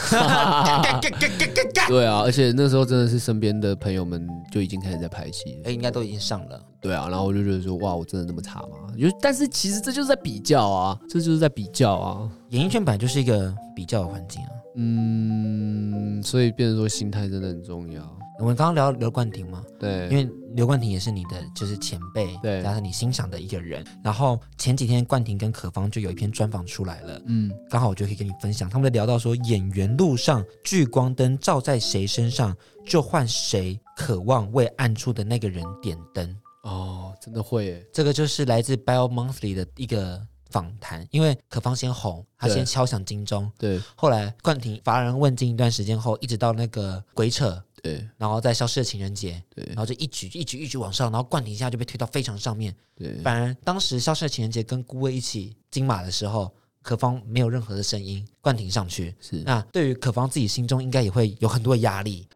对啊，而且那时候真的是身边的朋友们就已经开始在拍戏了， 哎，应该都已经上了。 对啊，然后我就觉得说，哇，我真的那么差吗？就但是其实这就是在比较啊，这就是在比较啊。 演艺圈本来就是一个比较的环境啊。 嗯，所以变成说心态真的很重要。 我们刚刚聊刘冠廷嘛， 对， 因为刘冠廷也是你的就是前辈， 对， 加上你欣赏的一个人。然后前几天冠廷跟可芳就有一篇专访出来了， 嗯， 刚好我就可以跟你分享，他们在聊到说演员路上聚光灯照在谁身上，就换谁渴望为暗处的那个人点灯。 哦，真的会耶， 这个就是来自 Bio Monthly 的一个访谈，因为可芳先红，他先敲响金钟， 对， 后来冠廷乏人问津一段时间后，一直到那个鬼扯， 对， 然后在消失的情人节， 对， 然后就一举一举一举往上，然后冠廷一下就被推到非常上面， 对， 反而当时消失的情人节跟孤味一起金马的时候，可芳没有任何的声音，冠廷上去， 是， 那对于可芳自己心中应该也会有很多的压力。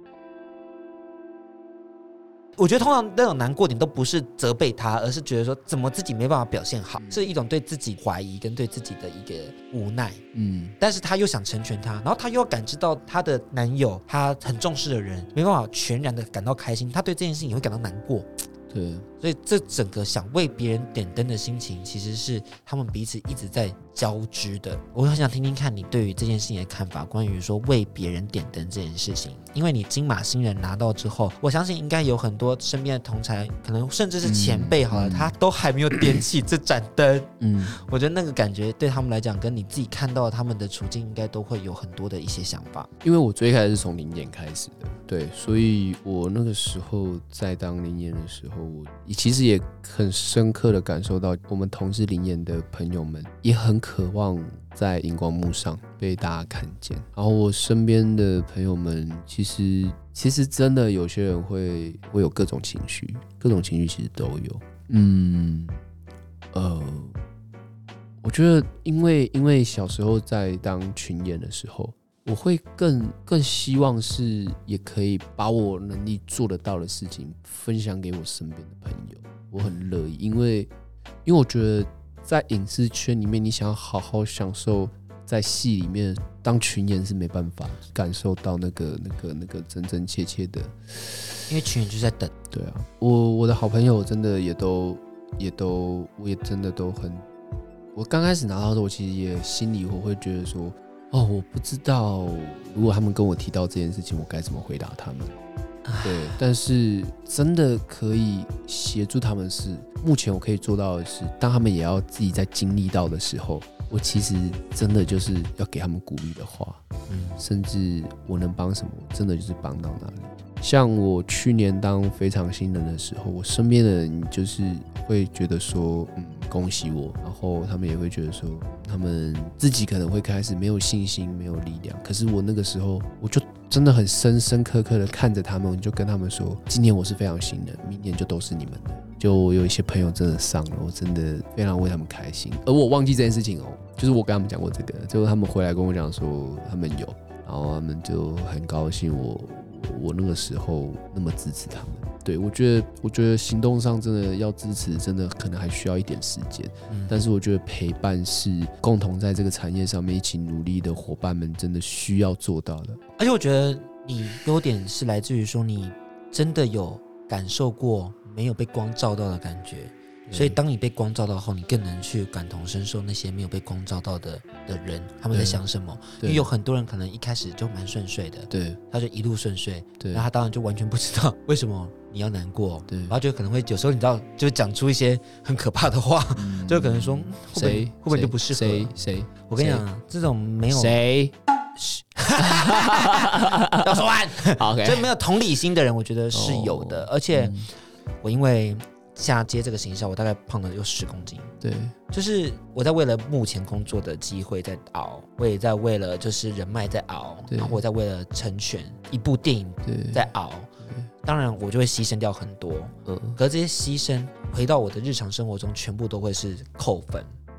我觉得通常那种难过点都不是责备他，而是觉得说怎么自己没办法表现好，是一种对自己怀疑跟对自己的一个无奈。嗯，但是他又想成全他，然后他又要感知到他的男友，他很重视的人没办法全然的感到开心，他对这件事情也会感到难过。 对， 所以这整个想为别人点灯的心情，其实是他们彼此一直在交织的。我很想听听看你对于这件事情的看法，关于说为别人点灯这件事情。因为你金马新人拿到之后，我相信应该有很多身边的同侪，可能甚至是前辈好了，嗯、他都还没有点起这盏灯。嗯，我觉得那个感觉对他们来讲，跟你自己看到他们的处境，应该都会有很多的一些想法。 因为我最开始是从零演开始的，对，所以我那个时候在当零演的时候，我其实也很深刻的感受到，我们同是零演的朋友们也很渴望在荧光幕上被大家看见。然后我身边的朋友们，其实其实真的有些人会会有各种情绪，各种情绪其实都有。嗯，呃，我觉得因为因为小时候在当群演的时候，我会更更希望是也可以把我能力做得到的事情分享给我身边的朋友，我很乐意，因为因为我觉得在影视圈里面，你想要好好享受在戏里面当群演是没办法感受到那个那个那个真真切切的， 因为群演就是在等。 对啊，我我的好朋友真的也都也都我也真的都很，我刚开始拿到的时候，我其实也心里我会觉得说。哦，我不知道，如果他们跟我提到这件事情，我该怎么回答他们？对，但是真的可以协助他们是，目前我可以做到的是，当他们也要自己在经历到的时候，我其实真的就是要给他们鼓励的话，嗯，甚至我能帮什么，真的就是帮到哪里。像我去年当非常新人的时候，我身边的人就是会觉得说，嗯，恭喜我，然后他们也会觉得说，他们自己可能会开始没有信心，没有力量。可是我那个时候，我就真的很深深刻刻的看着他们，我就跟他们说，今年我是非常新人，明年就都是你们的。就我有一些朋友真的上了，我真的非常为他们开心。而我忘记这件事情哦，就是我跟他们讲过这个，最后他们回来跟我讲说他们有，然后他们就很高兴我。我那个时候那么支持他们，对，我觉得，我觉得行动上真的要支持，真的可能还需要一点时间。嗯，但是我觉得陪伴是共同在这个产业上面一起努力的伙伴们真的需要做到的。 而且我觉得你优点是来自于说你真的有感受过没有被光照到的感觉。所以当你被光照到后，你更能去感同身受那些没有被光照到的的人他们在想什么。因为有很多人可能一开始就蛮顺遂的，对，他就一路顺遂，对，然后他当然就完全不知道为什么你要难过，对，然后就可能会有时候你知道就讲出一些很可怕的话，嗯、就可能说谁会不会就不适合谁谁？我跟你讲，这种没有谁。要说完，okay. 就没有同理心的人，我觉得是有的， oh, 而且、嗯、我因为。下接这个形象，我大概胖了有十公斤。对，就是我在为了目前工作的机会在熬，我也在为了就是人脉在熬，然后我在为了成全一部电影在熬。当然，我就会牺牲掉很多。嗯，可是这些牺牲回到我的日常生活中，全部都会是扣分。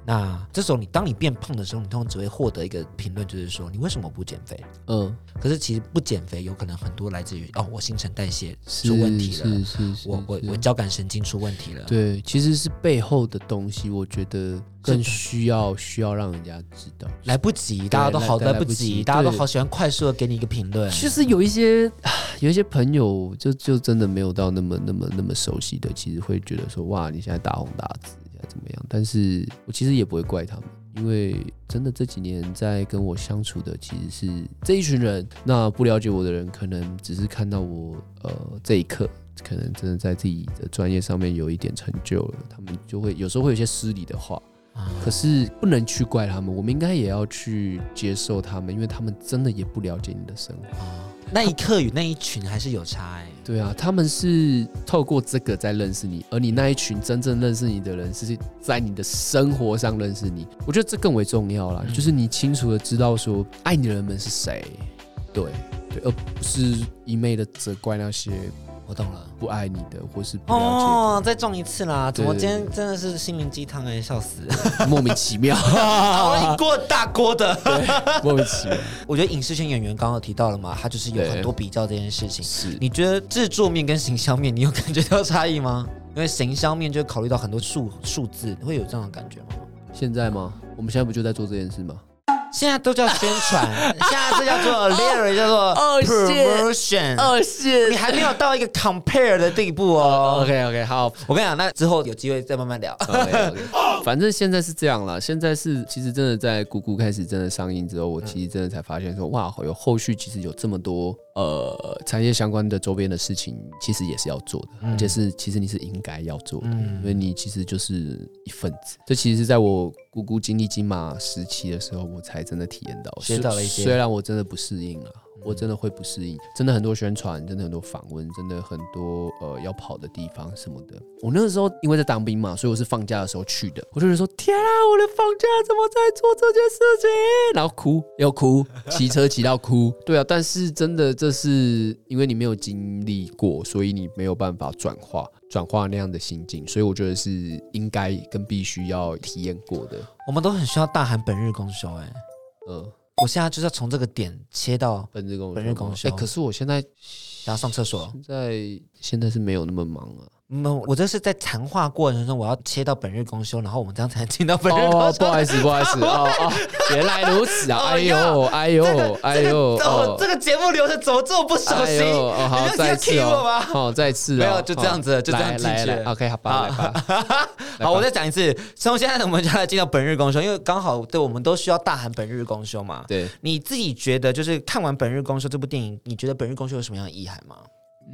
那这时候你当你变胖的时候，你通常只会获得一个评论，就是说你为什么不减肥？ 嗯， 可是其实不减肥有可能很多来自于哦，我新陈代谢出问题了， 是是是， 我我我交感神经出问题了。 对，其实是背后的东西，我觉得更需要需要让人家知道。 来不及，大家都好来不及，大家都好喜欢快速的给你一个评论。 其实有一些有一些朋友就就真的没有到那么那么那么熟悉的，其实会觉得说哇，你现在大红大紫，现在怎么样？但是我其实也不会怪他们。因为真的这几年在跟我相处的其实是这一群人，那不了解我的人可能只是看到我呃这一刻可能真的在自己的专业上面有一点成就了，他们就会有时候会有一些失礼的话，可是不能去怪他们，我们应该也要去接受他们，因为他们真的也不了解你的生活。 那一刻与那一群还是有差哎、欸。 对啊，他们是透过这个在认识你，而你那一群真正认识你的人是在你的生活上认识你。我觉得这更为重要啦，嗯、就是你清楚的知道说爱你的人们是谁，对对，而不是一昧的责怪那些。 我懂了， 不爱你的或是不了解的哦，再中一次啦！怎么今天真的是心灵鸡汤哎，笑死！ 莫名其妙， 熬了一锅大锅的， 莫名其妙。 我觉得影视圈演员刚刚有提到了嘛，他就是有很多比较这件事情。 是， 你觉得制作面跟行销面，你有感觉到差异吗？因为行销面就考虑到很多数数字，会有这样的感觉吗？ 现在吗？我们现在不就在做这件事吗？ 现在都叫宣传，现在这叫做 literally 叫做 promotion， 二线， 你还没有到一个 compare 的地步哦。 Uh, OK OK， 好， 我跟你讲，那之后有机会再慢慢聊。 Okay, okay. 反正现在是这样啦，现在是其实真的在姑姑开始真的上映之后，我其实真的才发现说，哇，有后续其实有这么多呃产业相关的周边的事情，其实也是要做的，嗯、而且是其实你是应该要做的，嗯、因为你其实就是一份子。这其实是在我姑姑经历金马时期的时候，我才真的体验到， 学到了一些。 虽然我真的不适应了。我真的会不适应，真的很多宣传，真的很多访问，真的很多呃要跑的地方什么的。我那个时候因为在当兵嘛，所以我是放假的时候去的。我就觉得说，天啊，我的放假怎么在做这件事情？然后哭，又哭，骑车骑到哭。对啊，但是真的这是因为你没有经历过，所以你没有办法转化转化那样的心境，所以我觉得是应该跟必须要体验过的。 我们都很需要大喊本日公休，哎，嗯。我现在就是要从这个点切到本日公休， 本日公休。 哎，可是我现在要上厕所， 现在现在是没有那么忙啊。 嗯，我这是在谈话过程中，我要切到本日公休，然后我们这样才能进到本日公休。 哦，不好意思，不好意思，哦哦，原来如此啊！哎呦，哎呦，哎呦， 哦，这个节目流程怎么这么不熟悉？ 哦，好，再次哦，好，再次， 没有，就这样子，就这样进去。 OK， 好吧，来吧。 好，我再讲一次。从现在我们就来进到本日公休，因为刚好对我们都需要大喊本日公休嘛。 对， 你自己觉得就是看完本日公休这部电影，你觉得本日公休有什么样的意涵吗？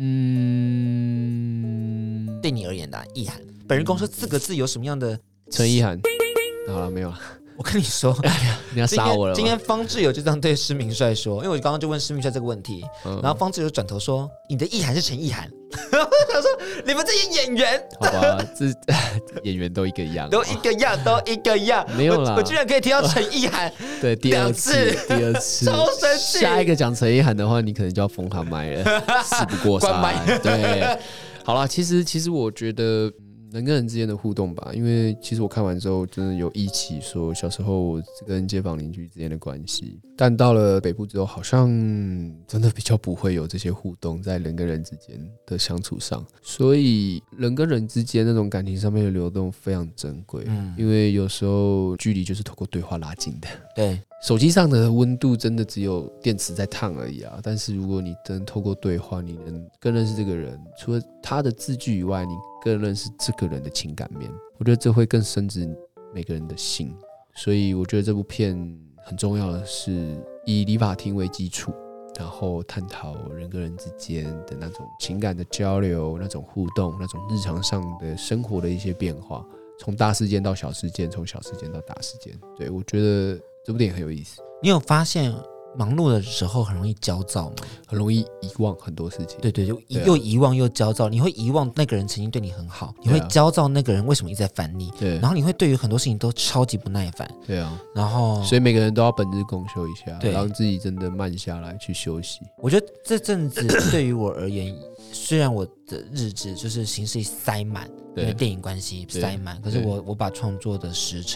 嗯，对你而言的、啊、意涵，本日公休四个字有什么样的陈意涵？好了，没有了。 我跟你说， 你要杀我了。 今天方志友就这样对施明帅说，因为我刚刚就问施明帅这个问题，嗯、然后方志友转头说：“你的意涵是陈意涵。”我想说，你们这些演员， 好吧，这演员都一个样， 都一个样，都一个样， 没有啦。 我, 我居然可以听到陈意涵， 对，第二次，第二次， 超生气。 下一个讲陈意涵的话，你可能就要封他麦了，事不过三。对，好啦，其实其实我觉得。人跟人之间的互动吧，因为其实我看完之后真的有忆起说小时候跟街坊邻居之间的关系，但到了北部之后好像真的比较不会有这些互动在人跟人之间的相处上，所以人跟人之间那种感情上面的流动非常珍贵、嗯、因为有时候距离就是透过对话拉近的。 对， 手机上的温度真的只有电池在烫而已啊，但是如果你真的透过对话你能更认识这个人，除了他的字句以外，你更认识这个人的情感面，我觉得这会更深植每个人的心。所以我觉得这部片很重要的是以理发厅为基础，然后探讨人跟人之间的那种情感的交流，那种互动，那种日常上的生活的一些变化，从大事件到小事件，从小事件到大事件。对，我觉得这部电影很有意思。 你有发现忙碌的时候很容易焦躁吗？ 很容易遗忘很多事情。 对对，又又遗忘又焦躁。你会遗忘那个人曾经对你很好，你会焦躁那个人为什么一直在烦你。对，然后你会对于很多事情都超级不耐烦。 对啊， 然后所以每个人都要本日公休一下，让自己真的慢下来去休息。 我觉得这阵子对于我而言，虽然我的日子就是形式塞满，因为电影关系塞满，可是我我把创作的时程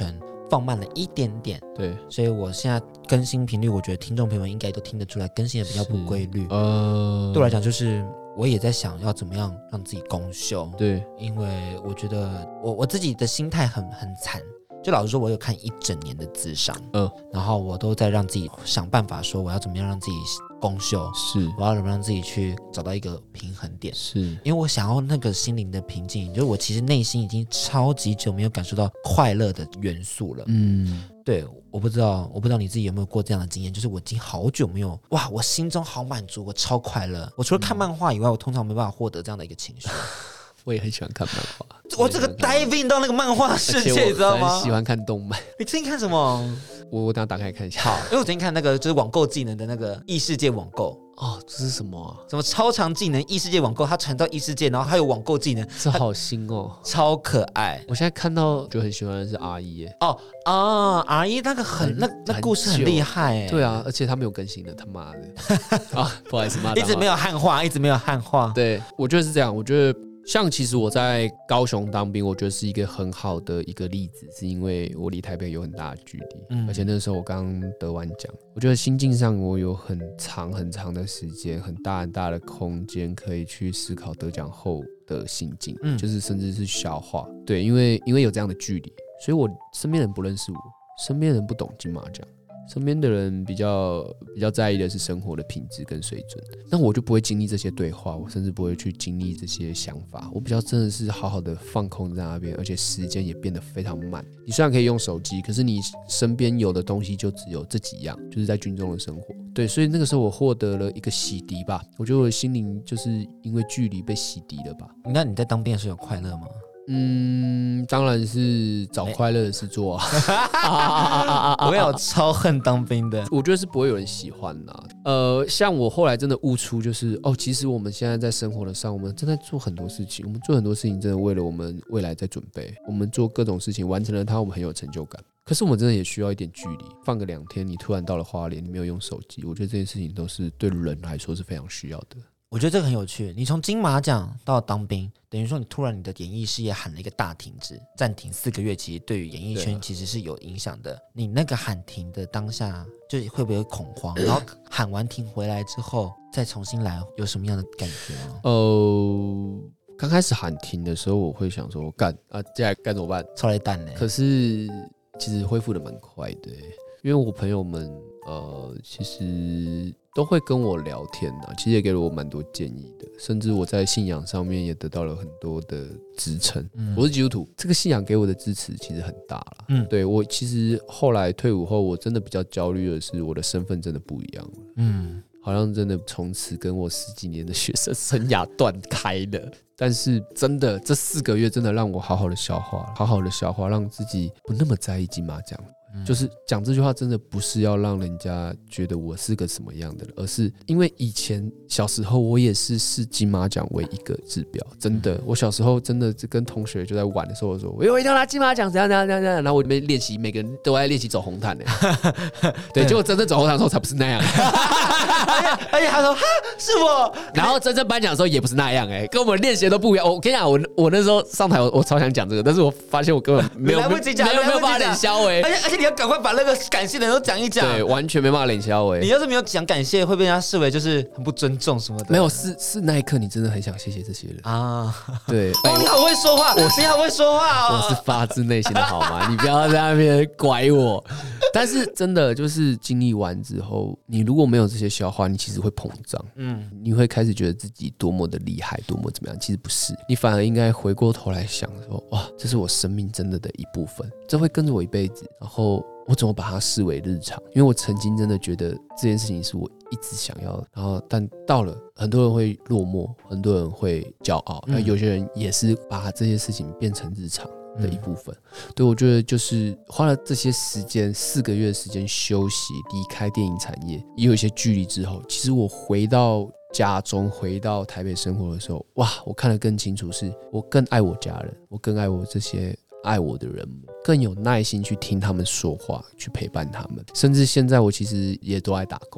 放慢了一点点。 对， 所以我现在更新频率，我觉得听众朋友们应该都听得出来，更新的比较不规律。 呃， 对我来讲，就是我也在想要怎么样让自己公休。 对， 因为我觉得我我自己的心态很很惨。就老实说，我有看一整年的諮商，嗯、呃，然后我都在让自己想办法，说我要怎么样让自己公休， 是， 我要怎么让自己去找到一个平衡点， 是， 因为我想要那个心灵的平静，就是我其实内心已经超级久没有感受到快乐的元素了，嗯，对，我不知道，我不知道你自己有没有过这样的经验，就是我已经好久没有，哇，我心中好满足，我超快乐，我除了看漫画以外，我通常没办法获得这样的一个情绪。 我也很喜欢看漫画， 我这个 dive in 到那个漫画世界，你知道吗？ 喜欢看动漫。 你最近看什么？ 我我等一下打开看一下。 好，因为我最近看那个就是网购技能的那个异世界网购。 哦，这是什么啊？ 什么超长技能异世界网购？它传到异世界，然后还有网购技能， 这好新哦， 超可爱。 我现在看到就很喜欢的是 R 一耶。 哦啊 ，R 一那个很那那故事很厉害哎。 对啊，而且他没有更新的，他妈的啊，不好意思，骂一直没有汉化，一直没有汉化。 对，我觉得是这样，我觉得。像其实我在高雄当兵，我觉得是一个很好的一个例子，是因为我离台北有很大的距离，嗯、而且那时候我刚得完奖，我觉得心境上我有很长很长的时间，很大很大的空间可以去思考得奖后的心境，嗯、就是甚至是消化。对，因为因为有这样的距离，所以我身边人不认识我，身边人不懂金马奖。身边的人比较比较在意的是生活的品质跟水准，那我就不会经历这些对话，我甚至不会去经历这些想法。我比较真的是好好的放空在那边，而且时间也变得非常慢。你虽然可以用手机，可是你身边有的东西就只有这几样，就是在军中的生活。对，所以那个时候我获得了一个洗涤吧，我觉得我的心灵就是因为距离被洗涤了吧。 那你在当兵的时候有快乐吗？ 嗯，当然是找快乐的事做啊！我有超恨当兵的， 我觉得是不会有人喜欢的。呃，像我后来真的悟出，就是哦，其实我们现在在生活的上，我们正在做很多事情，我们做很多事情真的为了我们未来在准备。我们做各种事情，完成了它，我们很有成就感。可是我们真的也需要一点距离，放个两天，你突然到了花莲，你没有用手机，我觉得这件事情都是对人来说是非常需要的。 我觉得这个很有趣，你从金马奖到当兵，等于说你突然你的演艺事业喊了一个大停止，暂停四个月，其实对于演艺圈其实是有影响的。你那个喊停的当下，就会不会恐慌？然后喊完停回来之后，再重新来，有什么样的感觉吗？ 呃，刚开始喊停的时候，我会想说干啊，接下来该怎么办？ 超雷蛋嘞！ 可是其实恢复的蛮快的，因为我朋友们呃，其实都会跟我聊天啊，其实也给了我蛮多建议的，甚至我在信仰上面也得到了很多的支撑。嗯、我是基督徒，这个信仰给我的支持其实很大啦。嗯，对我其实后来退伍后，我真的比较焦虑的是我的身份真的不一样了。嗯，好像真的从此跟我十几年的学生生涯断开了。但是真的这四个月真的让我好好的消化，好好的消化，让自己不那么在意金马奖。就是讲这句话真的不是要让人家觉得我是个什么样的人，而是因为以前小时候我也是视金马奖为一个指标，真的，我小时候真的跟同学就在玩的时候，我说我一定要拿金马奖怎样怎样怎样怎样，然后我这边练习，每个人都在练习走红毯的，对，结果真正走红毯的时候才不是那样， 而且他说哈是我， 然后真正颁奖的时候也不是那样，哎，跟我们练习的都不一样。我跟你讲，我我那时候上台我，我超想讲这个，但是我发现我根本没有来不及讲， 没有没有办法练消哎， 而且而且。你要赶快把那个感谢的人都讲一讲， 对，完全没办法冷笑哎。 你要是没有讲感谢，会被人家视为就是很不尊重什么的。 没有，是是那一刻你真的很想谢谢这些人啊。对， 哦，你好会说话，我你好会说话哦， 我是发自内心的好吗？你不要在那边拐我。但是真的就是经历完之后，你如果没有这些消化，你其实会膨胀，嗯，你会开始觉得自己多么的厉害，多么怎么样。其实不是，你反而应该回过头来想说，哇，这是我生命真的的一部分，这会跟着我一辈子。然后我怎么把它视为日常？因为我曾经真的觉得这件事情是我一直想要的，然后但到了，很多人会落寞，很多人会骄傲，那、嗯、有些人也是把这些事情变成日常的一部分。嗯、对，我觉得就是花了这些时间，四个月的时间休息，离开电影产业，也有一些距离之后，其实我回到家中，回到台北生活的时候，哇，我看得更清楚，是我更爱我家人，我更爱我这些爱我的人，更有耐心去听他们说话，去陪伴他们。甚至现在我其实也都爱打工，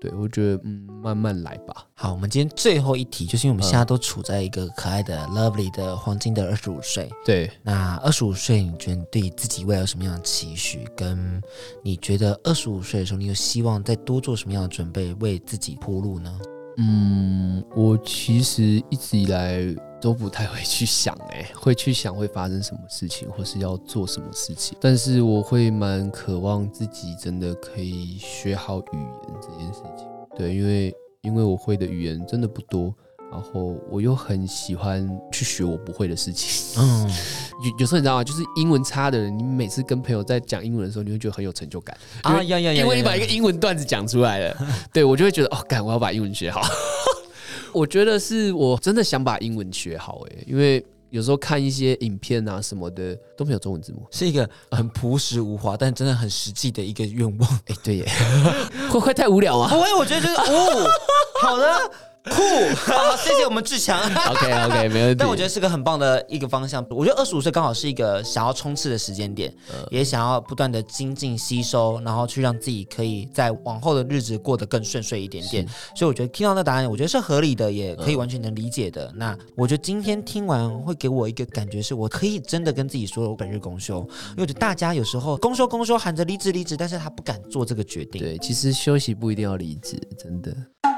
对，我觉得嗯，慢慢来吧。 好，我们今天最后一题，就是因为我们现在都处在一个可爱的、嗯、lovely 的黄金的二十五岁。 对， 那二十五岁，你觉得你对自己未来有什么样的期许？跟你觉得二十五岁的时候，你有希望再多做什么样的准备，为自己铺路呢？ 嗯，我其实一直以来都不太会去想、欸，会去想会发生什么事情，或是要做什么事情。但是我会蛮渴望自己真的可以学好语言这件事情。对，因为因为我会的语言真的不多，然后我又很喜欢去学我不会的事情。嗯，有有时候你知道吗？就是英文差的人，你每次跟朋友在讲英文的时候，你会觉得很有成就感啊！因为因为你把一个英文段子讲出来了，对我就会觉得哦，干，我要把英文学好。我觉得是我真的想把英文学好哎、欸，因为有时候看一些影片啊什么的都没有中文字幕， 是一个很朴实无华，但真的很实际的一个愿望。 哎、欸，对耶，会不会太无聊啊？ 不会，我觉得就是哦，好的。酷，好，谢谢我们志强。 OK OK， 没问题。 但我觉得是个很棒的一个方向。我觉得二十五岁刚好是一个想要冲刺的时间点，呃、也想要不断的精进吸收，然后去让自己可以在往后的日子过得更顺遂一点点。所以我觉得听到那答案，我觉得是合理的，也可以完全能理解的。呃、那我觉得今天听完会给我一个感觉，是我可以真的跟自己说，我本日公休。因为我觉得大家有时候公休公休喊着离职离职，但是他不敢做这个决定。 对，其实休息不一定要离职，真的。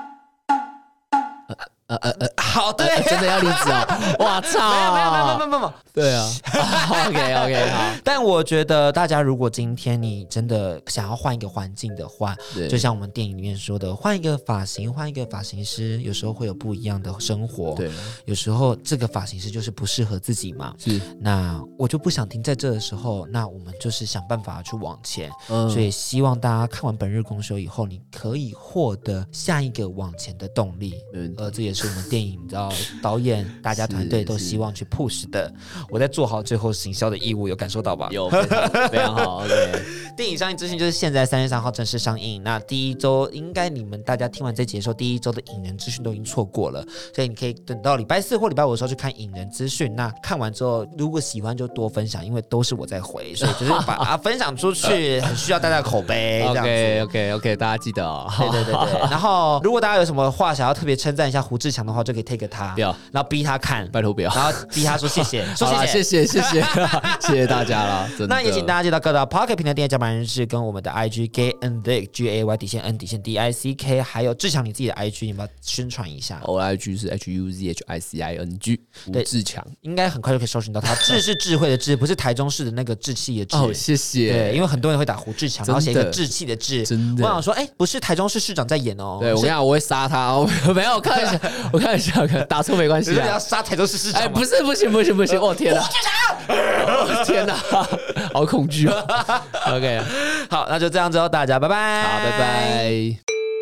呃呃呃， 好，对、 呃，真的要离职哦！哇操！ 没有没有没有没有没有没有， 对啊。OK OK 好。 但我觉得大家如果今天你真的想要换一个环境的话，就像我们电影里面说的，换一个发型，换一个发型师，有时候会有不一样的生活。对，有时候这个发型师就是不适合自己嘛。是。那我就不想停在这的时候，那我们就是想办法去往前。嗯。所以希望大家看完本日公休以后，你可以获得下一个往前的动力。嗯。呃，这也是我们电影，你知道，导演大家团队都希望去 push 的。我在做好最后行销的义务，有感受到吧？ 有，非常非常好。OK， 电影上映资讯就是现在三月三号正式上映。那第一周应该你们大家听完这集的时候，第一周的影人资讯都已经错过了，所以你可以等到礼拜四或礼拜五的时候去看影人资讯。那看完之后，如果喜欢就多分享，因为都是我在回，所以就是把它分享出去，很需要大家的口碑。这样子 OK OK OK， 大家记得哦。 对对对对。然后如果大家有什么话想要特别称赞一下胡志强的话，就可以 take 他，不要，然后逼他看， 拜托不要， 然后逼他说谢谢，说谢谢，谢谢谢谢谢谢大家了。 那也请大家记得各大 Pocket 平台订阅甲板人士跟我们的 I G Gay and Dick G A Y 底线 N 底线 D I C K， 还有志强你自己的 I G， 你们要宣传一下。 我的 I G 是 H U Z H I C I N G， 吴志强， 应该很快就可以搜寻到他。智是智慧的智，不是台中市的那个志气的志。 哦，谢谢。 对，因为很多人会打胡志强，然后写一个志气的志。 真的， 我想说，哎，不是台中市市长在演哦。 对，我跟你讲，我会杀他哦。没有，我看一下，我看一下，打错没关系。 你要杀台中市市长？ 哎，不是，不行，不行，不行！哦天哪！胡志强！天哪，好恐惧啊 ！OK， 好，那就这样子哦，大家拜拜。 好，拜拜。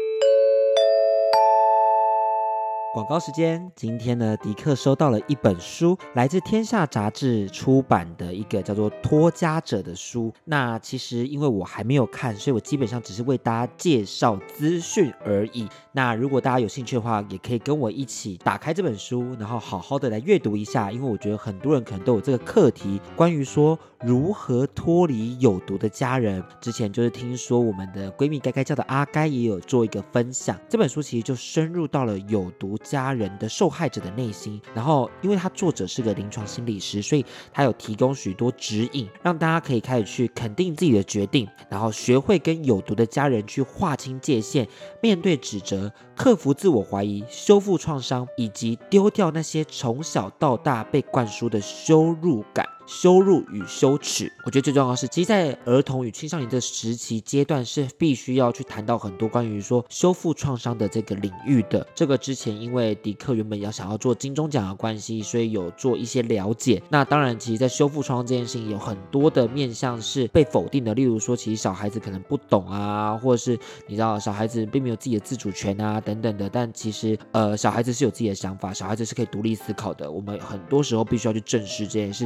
广告时间，今天呢，迪克收到了一本书，来自天下杂志出版的一个叫做《脱缰者》的书。那其实因为我还没有看，所以我基本上只是为大家介绍资讯而已。那如果大家有兴趣的话，也可以跟我一起打开这本书，然后好好的来阅读一下。因为我觉得很多人可能都有这个课题，关于说如何脱离有毒的家人。之前就是听说我们的闺蜜该该叫的阿该也有做一个分享，这本书其实就深入到了有毒家人的受害者的内心，然后因为他作者是个临床心理师，所以他有提供许多指引，让大家可以开始去肯定自己的决定，然后学会跟有毒的家人去划清界限，面对指责，克服自我怀疑，修复创伤，以及丢掉那些从小到大被灌输的羞辱感。羞辱与羞耻，我觉得最重要的是，其实在儿童与青少年的时期阶段是必须要去谈到很多关于说修复创伤的这个领域的。这个之前因为迪克原本要想要做金钟奖的关系，所以有做一些了解。那当然，其实在修复创伤这件事情有很多的面向是被否定的，例如说，其实小孩子可能不懂啊，或者是你知道小孩子并没有自己的自主权啊等等的。但其实呃，小孩子是有自己的想法，小孩子是可以独立思考的。我们很多时候必须要去正视这件事情，而不是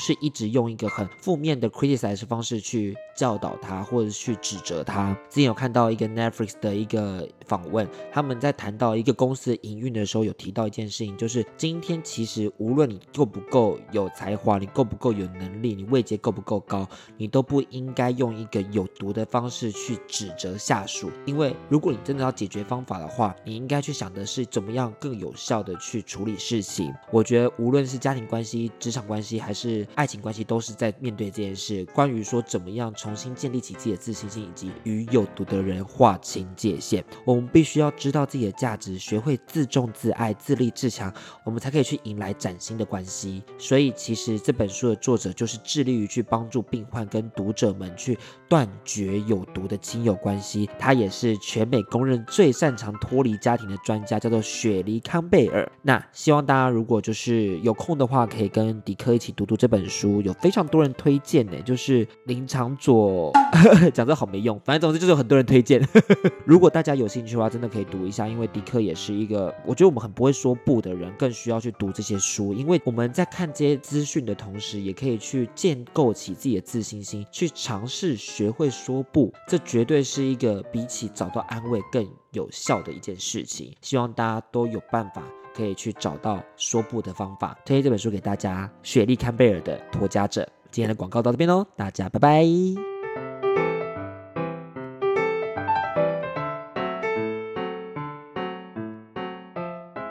是一直用一个很负面的 criticize 的方式去教导他或者去指责他。之前有看到一个 Netflix 的一个访问，他们在谈到一个公司营运的时候有提到一件事情，就是今天其实无论你够不够有才华，你够不够有能力，你位阶够不够高，你都不应该用一个有毒的方式去指责下属。因为如果你真的要解决方法的话，你应该去想的是怎么样更有效的去处理事情。我觉得无论是家庭关系、职场关系还是爱情关系，都是在面对这件事，关于说怎么样重新建立起自己的自信心，以及与有毒的人划清界限。我们必须要知道自己的价值，学会自重自爱、自立自强，我们才可以去迎来崭新的关系。所以其实这本书的作者就是致力于去帮助病患跟读者们去断绝有毒的亲友关系。他也是全美公认最擅长脱离家庭的专家，叫做雪梨康贝尔。那希望大家如果就是有空的话，可以跟迪克一起读读这本书，有非常多人推荐呢，就是林长佐讲这好没用，反正总之就是有很多人推荐如果大家有兴趣的话，真的可以读一下，因为迪克也是一个我觉得我们很不会说不的人，更需要去读这些书，因为我们在看这些资讯的同时，也可以去建构起自己的自信心，去尝试学会说不，这绝对是一个比起找到安慰更有效的一件事情。希望大家都有办法可以去找到说不的方法。推荐这本书给大家，雪莉康贝尔的《脱痂者》。今天的广告到这边咯，大家拜拜。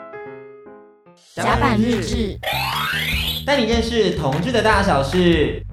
甲板日志， 带你认识同志的大小事。